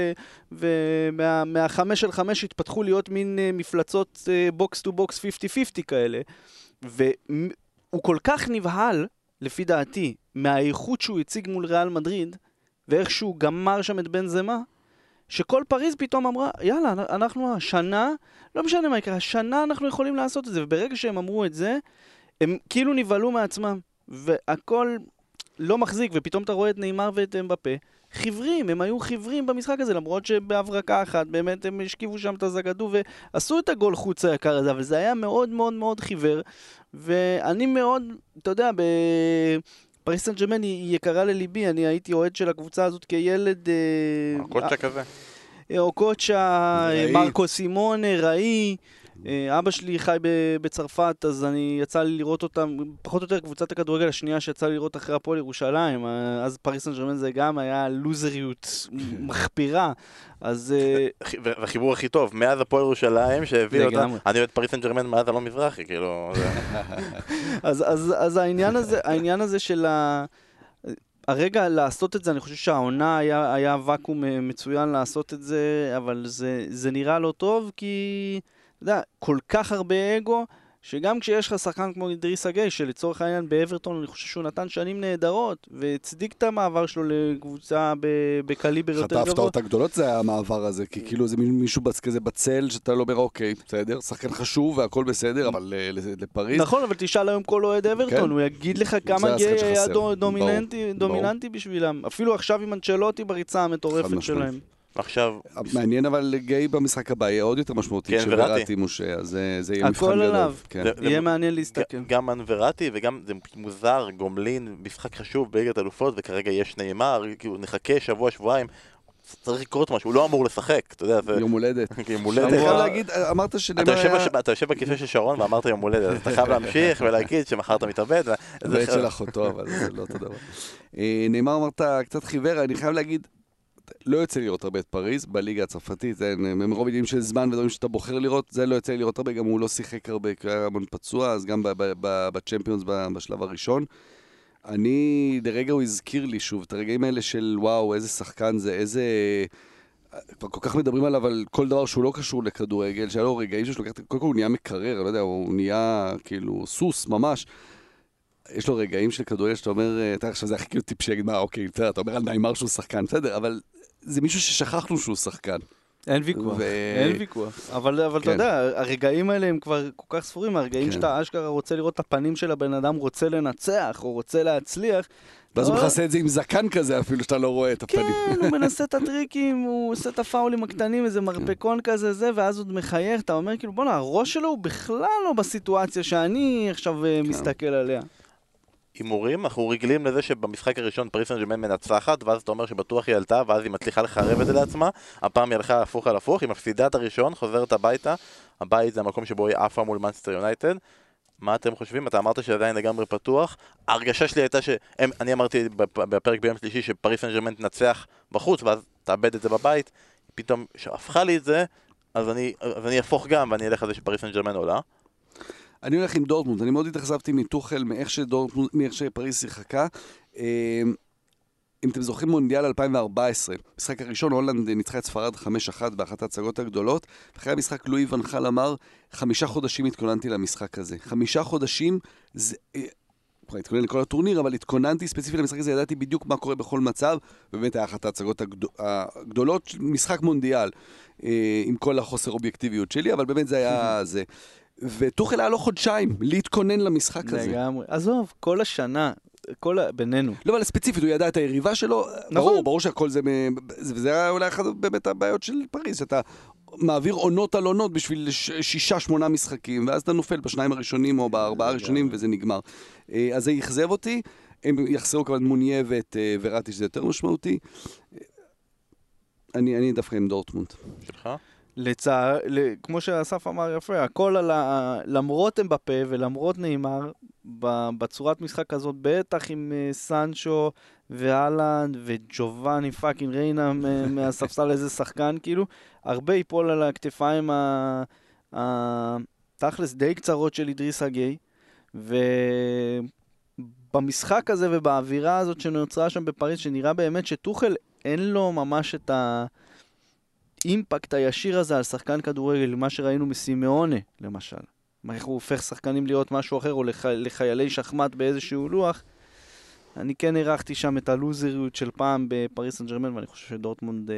ומהחמש של חמש התפתחו להיות מין מפלצות בוקס טו בוקס חמישים חמישים כאלה. והוא כל כך נבהל, לפי דעתי, מהאיכות שהוא הציג מול ריאל מדריד, ואיך שהוא גמר שם את בן זמה, שכל פריז פתאום אמרה, יאללה, אנחנו השנה, לא משנה מה יקרה, השנה אנחנו יכולים לעשות את זה, וברגע שהם אמרו את זה, הם כאילו נבהלו מעצמם, והכל לא מחזיק, ופתאום אתה רואה את ניימר ואת אמבפה, חיוורים, הם היו חיוורים במשחק הזה, למרות שבהברקה אחת, באמת הם השכיבו שם את הזגדו, ועשו את הגול חוץ היקר הזה, אבל זה היה מאוד מאוד מאוד חיוור, ואני מאוד, אתה יודע, ב... פריז סן ז'רמן היא יקרה לליבי, אני הייתי אוהד של הקבוצה הזאת כילד... אוקוצ'ה כזה. אוקוצ'ה, מרקו סימונה, ראי, אבא שלי חי בצרפת, אז אני יצא לי לראות אותם, פחות או יותר קבוצת הכדורגל השנייה שיצא לי לראות אחרי הפועל ירושלים, אז פריז סן ז'רמן זה גם היה לוזריות מחפירה, אז... והחיבור הכי טוב, מאז הפועל ירושלים שהביא אותה, אני אוהד פריז סן ז'רמן מאז הלא מזרחי, כאילו... אז העניין הזה של ה... הרגע לעשות את זה, אני חושב שהעונה היה, היה ואקום מצוין לעשות את זה, אבל זה, זה נראה לא טוב, כי, אתה יודע, כל כך הרבה אגו, שגם כשיש לך שחקן כמו אידריס אגיי, שלצורך העניין באברטון, אני חושב שהוא נתן שנים נהדרות, והצדיק את המעבר שלו לקבוצה בקליבר יותר גבוה. אחת ההפתעות הגדולות זה המעבר הזה, כי כאילו זה מישהו כזה בצל, שאתה לא אומר, אוקיי, בסדר, שחקן חשוב והכל בסדר, אבל לפריז... נכון, אבל תשאל היום כל אוהד אברטון, הוא יגיד לך כמה גיי היה דומיננטי בשבילם. אפילו עכשיו עם אנצ'לוטי בריצה המטורפת שלהם. עכשיו... מעניין אבל גיי במשחק הבא יהיה עוד יותר משמעותי, כשוורטי מושה, אז זה יהיה מבחן גדול. הכל עליו, יהיה מעניין להסתכל. גם מנוורטי וגם זה מוזר, גומלין, משחק חשוב בליגת אלופות, וכרגע יש ניימר, נחכה שבוע, שבועיים, צריך לקרות משהו, הוא לא אמור לשחק, אתה יודע, זה... יום הולדת. יום הולדת. אני יכול להגיד, אמרת שנאמר היה... אתה יושב בכיסא של שרון ואמרת יום הולדת, אז אתה חייב להמשיך ולהגיד שמחר אתה מתאבד. בית של אחותו, אבל זה לא אותו דבר. נאמר אמרת קצת חיוור, אני חייב להגיד, לא יוצא לראות הרבה את פריז בליגה הצרפתית, מרוב עניינים של זמן ודברים שאתה בוחר לראות, זה לא יוצא לראות הרבה, גם הוא לא שיחק הרבה, כי היה המון פצוע, אז גם בצ'מפיונס בשלב הראשון. אני, לרגע הוא הזכיר לי שוב את הרגעים האלה של וואו, איזה שחקן זה, איזה... כבר כל כך מדברים עליו על כל דבר שהוא לא קשור לכדורגל, שהיה לו רגעים שיש לו, קודם כל הוא נהיה מקרר, לא יודע, הוא נהיה כאילו סוס ממש. יש לו רגעים של כדורגל שאתה אומר, אתה עכשיו זה הכי כאילו טיפ שיגיד, מה, אוקיי, אתה אומר על ניימר שהוא שחקן, בסדר, אבל זה מישהו ששכחנו שהוא שחקן. אין ויכוח, אין ויכוח. אבל אתה יודע, הרגעים האלה הם כבר כל כך ספורים, הרגעים שאתה אשכרה רוצה לראות את הפנים של הבן אדם, רוצה לנצח או רוצה להצליח. ואז הוא מכסה את זה עם זקן כזה אפילו, שאתה לא רואה את הפנים. כן, הוא מנסה את הטריקים, הוא עושה את הפאולים הקטנים, איזה מרפקון כזה, זה, ואז הוא מחייך, אתה אומר כאילו, בוא'נה, הראש שלו הוא בכלל לא בסיטואציה שאני עכשיו מסתכל עליה. הימורים, אנחנו רגילים לזה שבמשחק הראשון פריז סן ז'רמן מנצחת, ואז אתה אומר שבטוח היא עלתה, ואז היא מצליחה לחרב את זה לעצמה. הפעם היא הלכה הפוך על הפוך, היא מפסידה את הראשון, חוזרת הביתה. הבית זה המקום שבו היא עפה מול מנצ'סטר יונייטד. מה אתם חושבים? אתה אמרת שעדיין לגמרי פתוח. ההרגשה שלי הייתה שאני אמרתי בפרק ביום שלישי שפריז סן ז'רמן תנצח בחוץ, ואז תאבד את זה בבית. פתאום שהפכה לי את זה, אז אני, אז אני אהפוך גם, ואני אלך על זה שפריס סן ז'רמן עולה. אני הולך עם דורטמונד, אני מאוד התאכזבתי מטוחל, מאיך שדורטמונד, מאיך שפריס שיחקה. אם אתם זוכרים מונדיאל אלפיים וארבע עשרה, משחק הראשון, הולנד ניצחה את ספרד חמש אחת באחת ההצגות הגדולות, אחרי המשחק לואי ון חל אמר, חמישה חודשים התכוננתי למשחק הזה. חמישה חודשים, זה... כבר התכונן לכל הטורניר, אבל התכוננתי ספציפית למשחק הזה, ידעתי בדיוק מה קורה בכל מצב, ובאמת היה אחת ההצגות הגדול, הגדולות, משחק מונדיאל, עם כל החוסר אובייקטיביות שלי, אבל באמת זה היה זה. וטוחל היה לו חודשיים להתכונן למשחק הזה. לגמרי. עזוב, כל השנה, כל ה... בינינו. לא, אבל ספציפית, הוא ידע את היריבה שלו, ברור, ברור שהכל זה, וזה היה אולי אחד באמת הבעיות של פריז, שאתה מעביר עונות על עונות בשביל שישה, שמונה משחקים, ואז אתה נופל בשניים הראשונים או בארבעה הראשונים, וזה נגמר. אז זה יחזב אותי, הם יחסרו כמובן מוניה ואת וראטי, שזה יותר משמעותי. אני, אני דווקא עם דורטמונד. שלך? לצער, כמו שאסף אמר יפה, הכל על ה... למרות אמבפה ולמרות נאמר, בצורת משחק הזאת, בטח עם סנצ'ו והלנד וג'ובאני פאקינג ריינה מהספסל איזה שחקן, כאילו, הרבה ייפול על הכתפיים התכלס די קצרות של אידריס אגיי, ובמשחק הזה ובאווירה הזאת שנוצרה שם בפריז, שנראה באמת שטוחל אין לו ממש את ה... אימפקט הישיר הזה על שחקן כדורגל, מה שראינו מסימאונה, למשל. איך הוא הופך שחקנים להיות משהו אחר, או לח... לחיילי שחמט באיזשהו לוח. אני כן הרחתי שם את הלוזריות של פעם בפריס סן ז'רמן, ואני חושב שדורטמונד אה...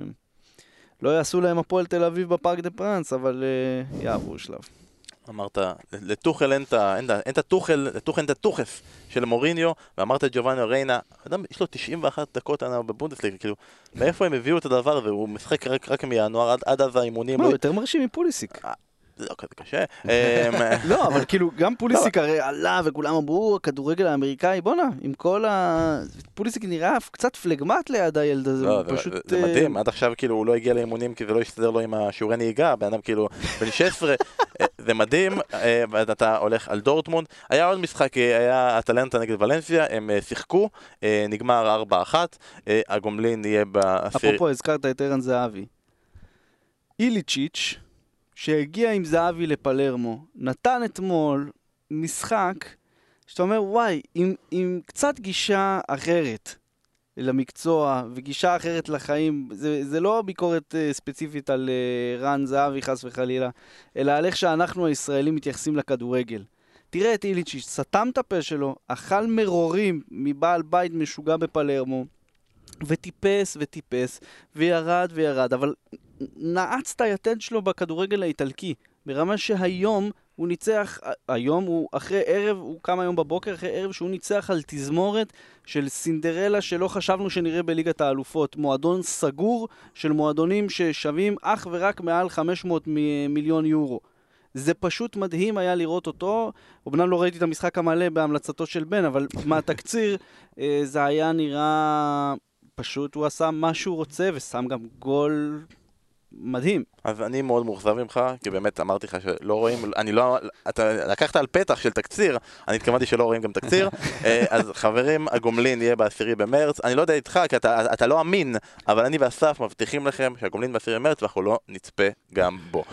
לא יעשו להם הפועל תל אביב בפארק דה פרנס, אבל אה... יעברו שלב. אמרת, לטוחל אין את הטוחל, לטוחל אין את הטוחף של מוריניו, ואמרת את ג'ובאני ריינה, אדם, יש לו תשעים ואחת דקות בבונדסליגה, כאילו, מאיפה הם הביאו את הדבר הזה? הוא משחק רק, רק מינואר, עד, עד אז האימונים... מה, הוא יותר מרשים מפוליסיק. זה לא כזה קשה. לא, אבל כאילו, גם פוליסיק הרי עלה, וכולם אמרו, הכדורגל האמריקאי, בוא נה, עם כל ה... פוליסיק נראה קצת פלגמט ליד הילד הזה, הוא פשוט... זה מדהים, עד עכשיו כאילו הוא לא הגיע לאימונים, כי זה לא יסתדר לו עם השיעורי נהיגה, בן אדם כאילו בן שש עשרה, זה מדהים, ואתה הולך על דורטמונד. היה עוד משחק, היה אטלנטה נגד ולנסיה, הם שיחקו, נגמר ארבע אחת, הגומלין יהיה בעשיר... אפרופו, הזכרת את ערן זהבי. איליצ'יץ' שהגיע עם זהבי לפלרמו, נתן אתמול משחק שאתה אומר, וואי, עם, עם קצת גישה אחרת למקצוע וגישה אחרת לחיים, זה, זה לא ביקורת uh, ספציפית על uh, רן זהבי חס וחלילה, אלא על איך שאנחנו הישראלים מתייחסים לכדורגל. תראה את איליצ'יץ', סתם את הפה שלו, אכל מרורים מבעל בית משוגע בפלרמו, וטיפס וטיפס, וירד וירד, אבל נעץ את היתד שלו בכדורגל האיטלקי, ברמה שהיום הוא ניצח, היום הוא אחרי ערב, הוא קם היום בבוקר אחרי ערב שהוא ניצח על תזמורת של סינדרלה שלא חשבנו שנראה בליגת האלופות, מועדון סגור של מועדונים ששווים אך ורק מעל חמש מאות מיליון יורו. זה פשוט מדהים היה לראות אותו, אמנם לא ראיתי את המשחק המלא בהמלצתו של בן, אבל מהתקציר זה היה נראה פשוט, הוא עשה מה שהוא רוצה ושם גם גול מדהים. אז אני מאוד מאוכזב ממך, כי באמת אמרתי לך שלא רואים, אני לא, אתה לקחת על פתח של תקציר, אני התכוונתי שלא רואים גם תקציר, אז חברים, הגומלין יהיה בעשירי במרץ, אני לא יודע איתך, כי אתה, אתה לא אמין, אבל אני ואסף מבטיחים לכם שהגומלין בעשירי במרץ, ואנחנו לא נצפה גם בו.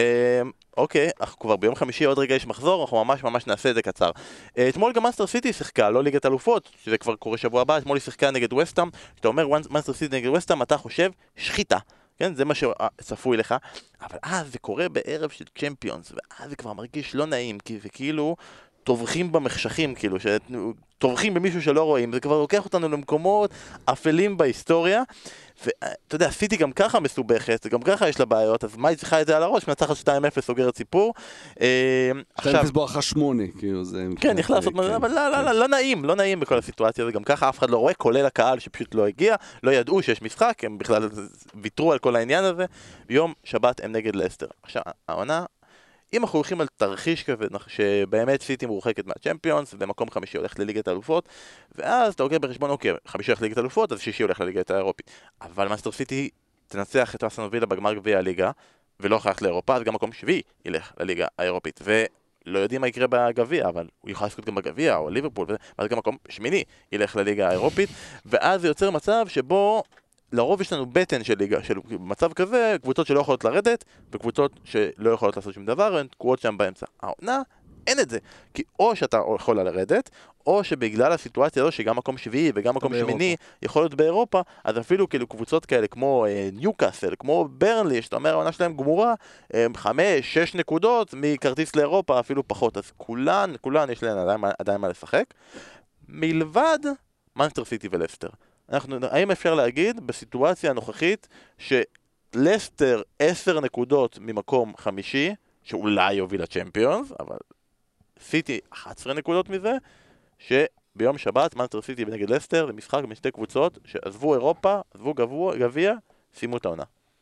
אוקיי, אנחנו כבר ביום חמישי עוד רגע יש מחזור, אנחנו ממש ממש נעשה את זה קצר. אתמול גם מאסטר סיטי שיחקה, לא ליגת אלופות, שזה כבר קורה שבוע הבא, אתמול היא שיחקה נגד ווסטהאם, שאתה אומר מאסטר סיטי נגד ווסטהאם, אתה חושב שחיטה. כן, זה מה שצפוי לך, אבל אז זה קורה בערב של צ'מפיונס, ואז זה כבר מרגיש לא נעים, כי זה כאילו טובחים במחשכים, כאילו, שטובחים במישהו שלא רואים, זה כבר לוקח אותנו למקומות אפלים בהיסטוריה, ואתה יודע, סיטי גם ככה מסובכת, גם ככה יש לה בעיות, אז מה היא צריכה את זה על הראש? מנצחת שתיים אפס סוגרת סיפור. שתיים אפס בואכה שמונה, כאילו זה... כן, נכנס לעשות מזה, אבל לא נעים, לא נעים בכל הסיטואציה, וגם ככה אף אחד לא רואה, כולל הקהל שפשוט לא הגיע, לא ידעו שיש משחק, הם בכלל ויתרו על כל העניין הזה, ביום שבת הם נגד לסטר. עכשיו, העונה, אם אנחנו הולכים על תרחיש כזה, שבאמת סיטי מורחקת מהצ'מפיונס, במקום חמישי הולך לליגת האלופות, ואז אתה הולך בחשבון, אוקיי, חמישי הולך לליגת האלופות, אז שישי הולך לליגת האירופית. אבל מאסטר סיטי תנצח את אסטון וילה בגמר גביע הליגה, ולא הולך לאירופה, אז גם מקום שביעי ילך לליגה האירופית. ולא יודעים מה יקרה בגביע, אבל הוא יוכל לזכות גם בגביע, או ליברפול, ואז גם מקום שמיני ילך לליגה האירופית, ואז זה יוצר מצב שבו לרוב יש לנו בטן של ליגה, של מצב כזה, קבוצות שלא יכולות לרדת, וקבוצות שלא יכולות לעשות שום דבר, הן תקועות שם באמצע. העונה, אין את זה. כי או שאתה יכול לרדת, או שבגלל הסיטואציה הזו, שגם מקום שביעי וגם מקום שמיני יכול להיות באירופה, אז אפילו כאילו קבוצות כאלה כמו אה, ניוקאסל, כמו ברנלי, שאתה אומר העונה שלהם גמורה, אה, חמש, שש נקודות מכרטיס לאירופה, אפילו פחות. אז כולן, כולן יש להן עדיין, עדיין מה לשחק. מלבד מנצ'סטר סיטי ולסטר. אנחנו, האם אפשר להגיד בסיטואציה הנוכחית שלסטר עשר נקודות ממקום חמישי, שאולי יוביל לצ'מפיונס, אבל סיטי אחת עשרה נקודות מזה, שביום שבת מנצ'סטר סיטי נגד לסטר זה משחק בין שתי קבוצות שעזבו אירופה, עזבו גביע, סיימו את העונה.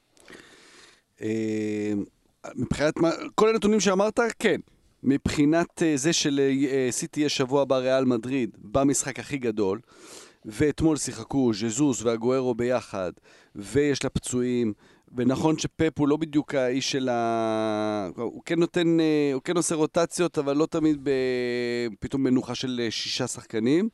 מבחינת כל הנתונים שאמרת, כן. מבחינת זה של סיטי יש שבוע הבא ריאל מדריד במשחק הכי גדול, ואתמול שיחקו ז'זוס והגוארו ביחד, ויש לה פצועים, ונכון שפפ הוא לא בדיוק האיש של ה... הוא כן נותן, הוא כן עושה רוטציות, אבל לא תמיד ב... פתאום מנוחה של שישה שחקנים.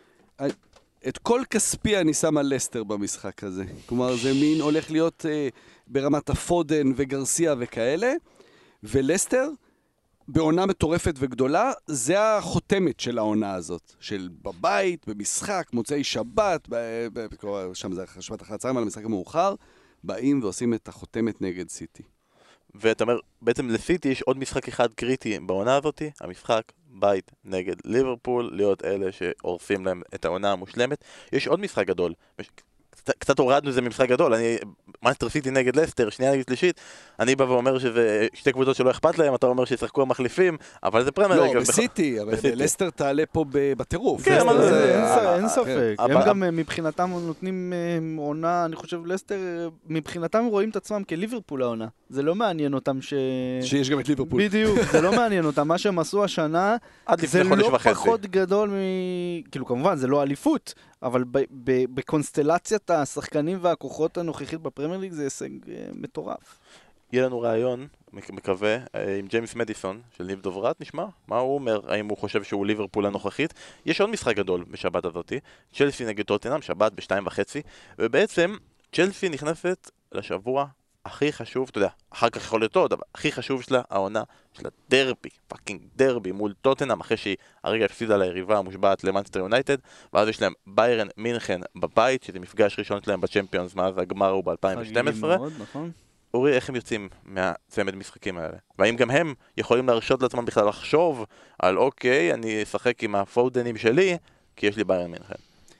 את כל כספי אני שם על לסטר במשחק הזה. כלומר, זה מין הולך להיות ברמת הפודן וגרסיה וכאלה, ולסטר, בעונה מטורפת וגדולה, זה החותמת של העונה הזאת. של בבית, במשחק, מוצאי שבת, ב... ב... שם זה שבת אחרי הצהריים על המשחק המאוחר, באים ועושים את החותמת נגד סיטי. ואתה אומר, בעצם לסיטי יש עוד משחק אחד קריטי בעונה הזאת, המשחק בית נגד ליברפול, להיות אלה שעורפים להם את העונה המושלמת. יש עוד משחק גדול, קצת, קצת הורדנו את זה ממשחק גדול, אני, מנצ'סטר סיטי נגד לסטר, שנייה נגד שלישית, אני בא ואומר שזה שתי קבוצות שלא אכפת להם, אתה אומר שישחקו המחליפים, אבל זה פרמייר ליג. לא, בסיטי, אבל לסטר תעלה פה בטירוף. כן, אין ספק. הם גם מבחינתם נותנים עונה, אני חושב לסטר, מבחינתם רואים את עצמם כליברפול העונה. זה לא מעניין אותם ש... שיש גם את ליברפול. בדיוק, זה לא מעניין אותם. מה שהם עשו השנה, זה לא פחות גדול מ... כאילו, כמובן, זה לא אליפות, אבל בקונסטלציית השחקנים והכוחות הנוכחית בפרמייר ליג זה הישג מטורף. יהיה לנו רעיון, מקווה, עם ג'יימס מדיסון של ניב דוברת, נשמע מה הוא אומר, האם הוא חושב שהוא ליברפול הנוכחית. יש עוד משחק גדול בשבת הזאת, צ'לסי נגד טוטנהאם, שבת בשתיים וחצי, ובעצם צ'לסי נכנסת לשבוע הכי חשוב, אתה יודע, אחר כך יכול להיות עוד, אבל הכי חשוב שלה, העונה של הדרבי, פאקינג דרבי מול טוטנהאם, אחרי שהיא הרגע הפסידה ליריבה המושבעת למנצ'סטר יונייטד, ואז יש להם ביירן מינכן בבית, שזה מפגש ראשון שלהם בצ'מפיונס, מאז הגמר הוא ב-אלפיים ושתים עשרה. נכון. אורי, איך הם יוצאים מהצמד משחקים האלה? והאם גם הם יכולים להרשות לעצמם בכלל לחשוב על אוקיי, אני אשחק עם הפודנים שלי, כי יש לי ביירן מינכן?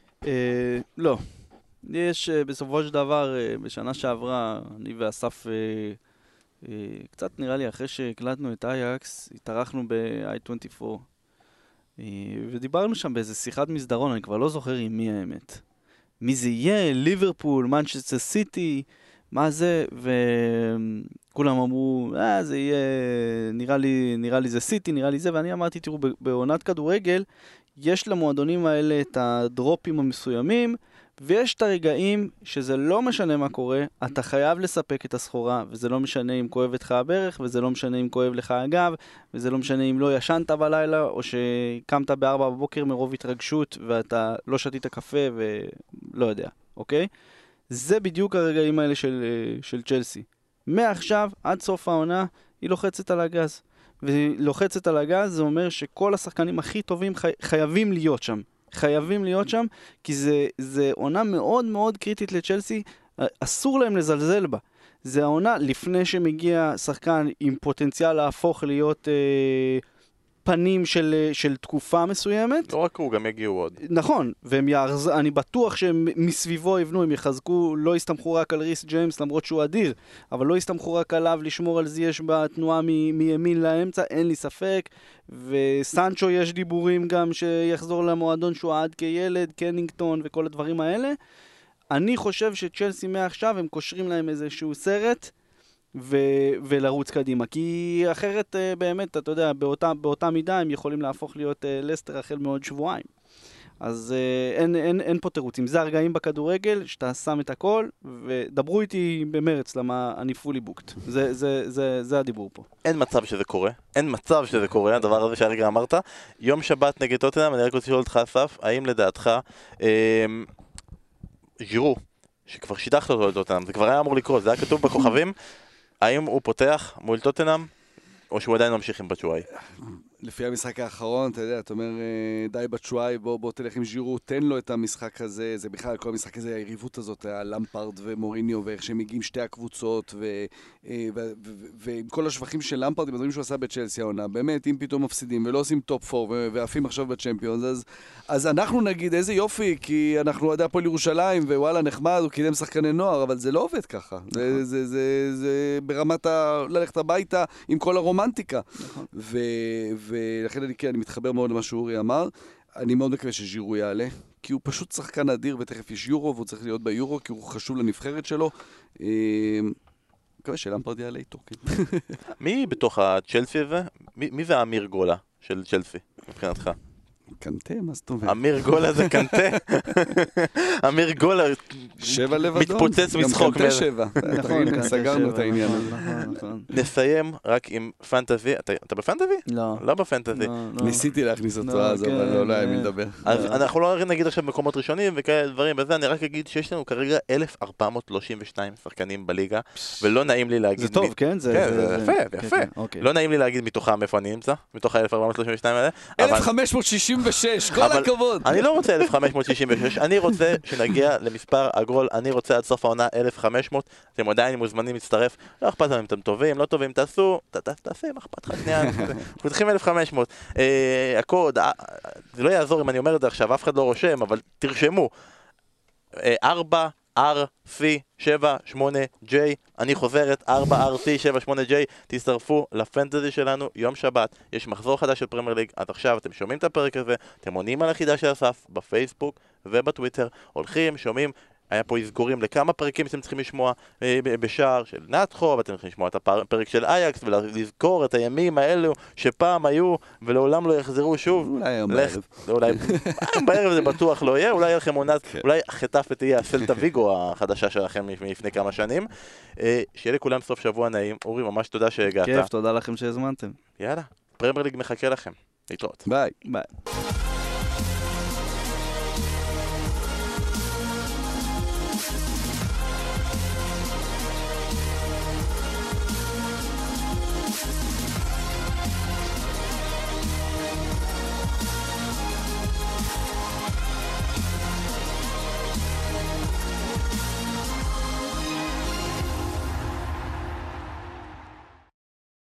לא. יש בסופו של דבר, בשנה שעברה, אני ואסף, קצת נראה לי אחרי שהקלטנו את אייקס, התארחנו ב-איי עשרים וארבע, ודיברנו שם באיזה שיחת מסדרון, אני כבר לא זוכר עם מי האמת. מי זה יהיה? ליברפול, מנצ'סטר סיטי, מה זה? וכולם אמרו, אה, זה יהיה, נראה לי, נראה לי זה סיטי, נראה לי זה, ואני אמרתי, תראו, בעונת כדורגל, יש למועדונים האלה את הדרופים המסוימים, ויש את הרגעים שזה לא משנה מה קורה, אתה חייב לספק את הסחורה, וזה לא משנה אם כואבת לך הברך, וזה לא משנה אם כואב לך הגב, וזה לא משנה אם לא ישנת בלילה, או שקמת בארבע בבוקר מרוב התרגשות, ואתה לא שתית קפה, ולא יודע, אוקיי? זה בדיוק הרגעים האלה של, של צ'לסי. מעכשיו, עד סוף העונה, היא לוחצת על הגז. ולוחצת על הגז, זה אומר שכל השחקנים הכי טובים חי... חייבים להיות שם. חייבים להיות שם, כי זה, זה עונה מאוד מאוד קריטית לצ'לסי, אסור להם לזלזל בה. זה העונה לפני שמגיע שחקן עם פוטנציאל להפוך להיות אה, פנים של, של תקופה מסוימת. לא רק הוא, גם יגיעו עוד. נכון, ואני בטוח שהם מסביבו יבנו, הם יחזקו, לא יסתמכו רק על ריס ג'יימס, למרות שהוא אדיר, אבל לא יסתמכו רק עליו לשמור על זה, יש בתנועה מ- מימין לאמצע, אין לי ספק, וסנצ'ו יש דיבורים גם שיחזור למועדון שהוא עד כילד, קנינגטון וכל הדברים האלה. אני חושב שצ'לסי מעכשיו הם קושרים להם איזשהו סרט, ו- ולרוץ קדימה, כי אחרת באמת, אתה יודע, באותה, באותה מידה הם יכולים להפוך להיות לסטר החל מעוד שבועיים. אז אין, אין, אין פה תירוצים. זה הרגעים בכדורגל, שאתה שם את הכל, ודברו איתי במרץ, למה אני פולי בוקט. זה, זה, זה, זה הדיבור פה. אין מצב שזה קורה. אין מצב שזה קורה, הדבר הזה שהרגע אמרת. יום שבת נגד טוטנהאם, אני רק רוצה לשאול אותך, אסף, האם לדעתך, אה, ז'ירו, שכבר שידחת אותו לטוטנאם, זה כבר היה אמור לקרות, זה היה כתוב בכוכבים, האם הוא פותח מול טוטנאם, או שהוא עדיין ממשיך עם בצ'ואי? לפי המשחק האחרון, אתה יודע, אתה אומר, די בצ'ואי, בוא, בוא תלך עם ז'ירו, תן לו את המשחק הזה, זה בכלל, כל המשחק הזה, היריבות הזאת, למפרד ומוריניו, ואיך שהם מגיעים שתי הקבוצות, ועם כל השבחים של למפרד, עם הדברים שהוא עשה בצ'לסי העונה, באמת, אם פתאום מפסידים ולא עושים טופ פור, ועפים עכשיו בצ'מפיונס, אז, אז אנחנו נגיד, איזה יופי, כי אנחנו עדי הפועל ירושלים, ווואלה, נחמד, הוא קידם שחקני נוער, אבל זה לא עובד ככה. זה, זה, זה, זה ברמת ה... ללכת הביתה עם כל הרומנטיקה. ו... ולכן אני, כן, אני מתחבר מאוד למה שאורי אמר. אני מאוד מקווה שז'ירו יעלה, כי הוא פשוט שחקן אדיר, ותכף יש יורו, והוא צריך להיות ביורו, כי הוא חשוב לנבחרת שלו. אני מקווה שלמפרד יעלה איתו. מי בתוך הצ'לסי הזה? מי, מי זה אמיר גולה של צ'לסי, מבחינתך? קנטה, מה זאת אומרת? אמיר גולה זה קנטה? אמיר גולה שבע לבדון. מתפוצץ משחוק. גם קנטה שבע. נכון, סגרנו את העניין. נסיים רק עם פנטזי. אתה בפנטזי? לא. לא בפנטזי. ניסיתי להכניס אותו אז, אבל לא היה מי לדבר. אז אנחנו לא נגיד עכשיו מקומות ראשונים וכאלה דברים וזה, אני רק אגיד שיש לנו כרגע אלף ארבע מאות שלושים ושתיים שחקנים בליגה, ולא נעים לי להגיד... זה טוב, כן? זה יפה, יפה. לא נעים לי להגיד מתוכם איפה אני נמצא, מתוך ה-אלף ארבע מאות שלושים ושתיים האלה. אלף חמש מאות שישים ושש, כל הכבוד. אני לא רוצה אלף חמש מאות שישים ושש, אני רוצה שנגיע למספר עגול, אני רוצה עד סוף העונה אלף וחמש מאות, אתם עדיין מוזמנים להצטרף, לא אכפת לנו אם אתם טובים, לא טובים, תעשו, תעשה, מה אכפת לך שנייה, אנחנו צריכים אלף וחמש מאות. הקוד, זה לא יעזור אם אני אומר את זה עכשיו, אף אחד לא רושם, אבל תרשמו, ארבע אר סי שבע שמונה ג'יי, אני חוזרת, ארבע אר סי שבע שמונה ג'יי, תצטרפו לפנטזי שלנו, יום שבת, יש מחזור חדש של פרמייר ליג, עד עכשיו אתם שומעים את הפרק הזה, אתם עונים על החידה של אסף, בפייסבוק ובטוויטר, הולכים, שומעים, היה פה הסגורים לכמה פרקים שאתם צריכים לשמוע בשער של נתחו, ואתם צריכים לשמוע את הפרק של אייקס, ולזכור את הימים האלו שפעם היו ולעולם לא יחזרו שוב. אולי היום בערב. אולי בערב זה בטוח לא יהיה, אולי יהיה לכם עונת, אולי חטף תהיה הסלטה ויגו החדשה שלכם מלפני כמה שנים. שיהיה לכולם סוף שבוע נעים. אורי, ממש תודה שהגעת. כיף, תודה לכם שהזמנתם. יאללה, פרמייר ליג מחכה לכם. להתראות. ביי. ביי.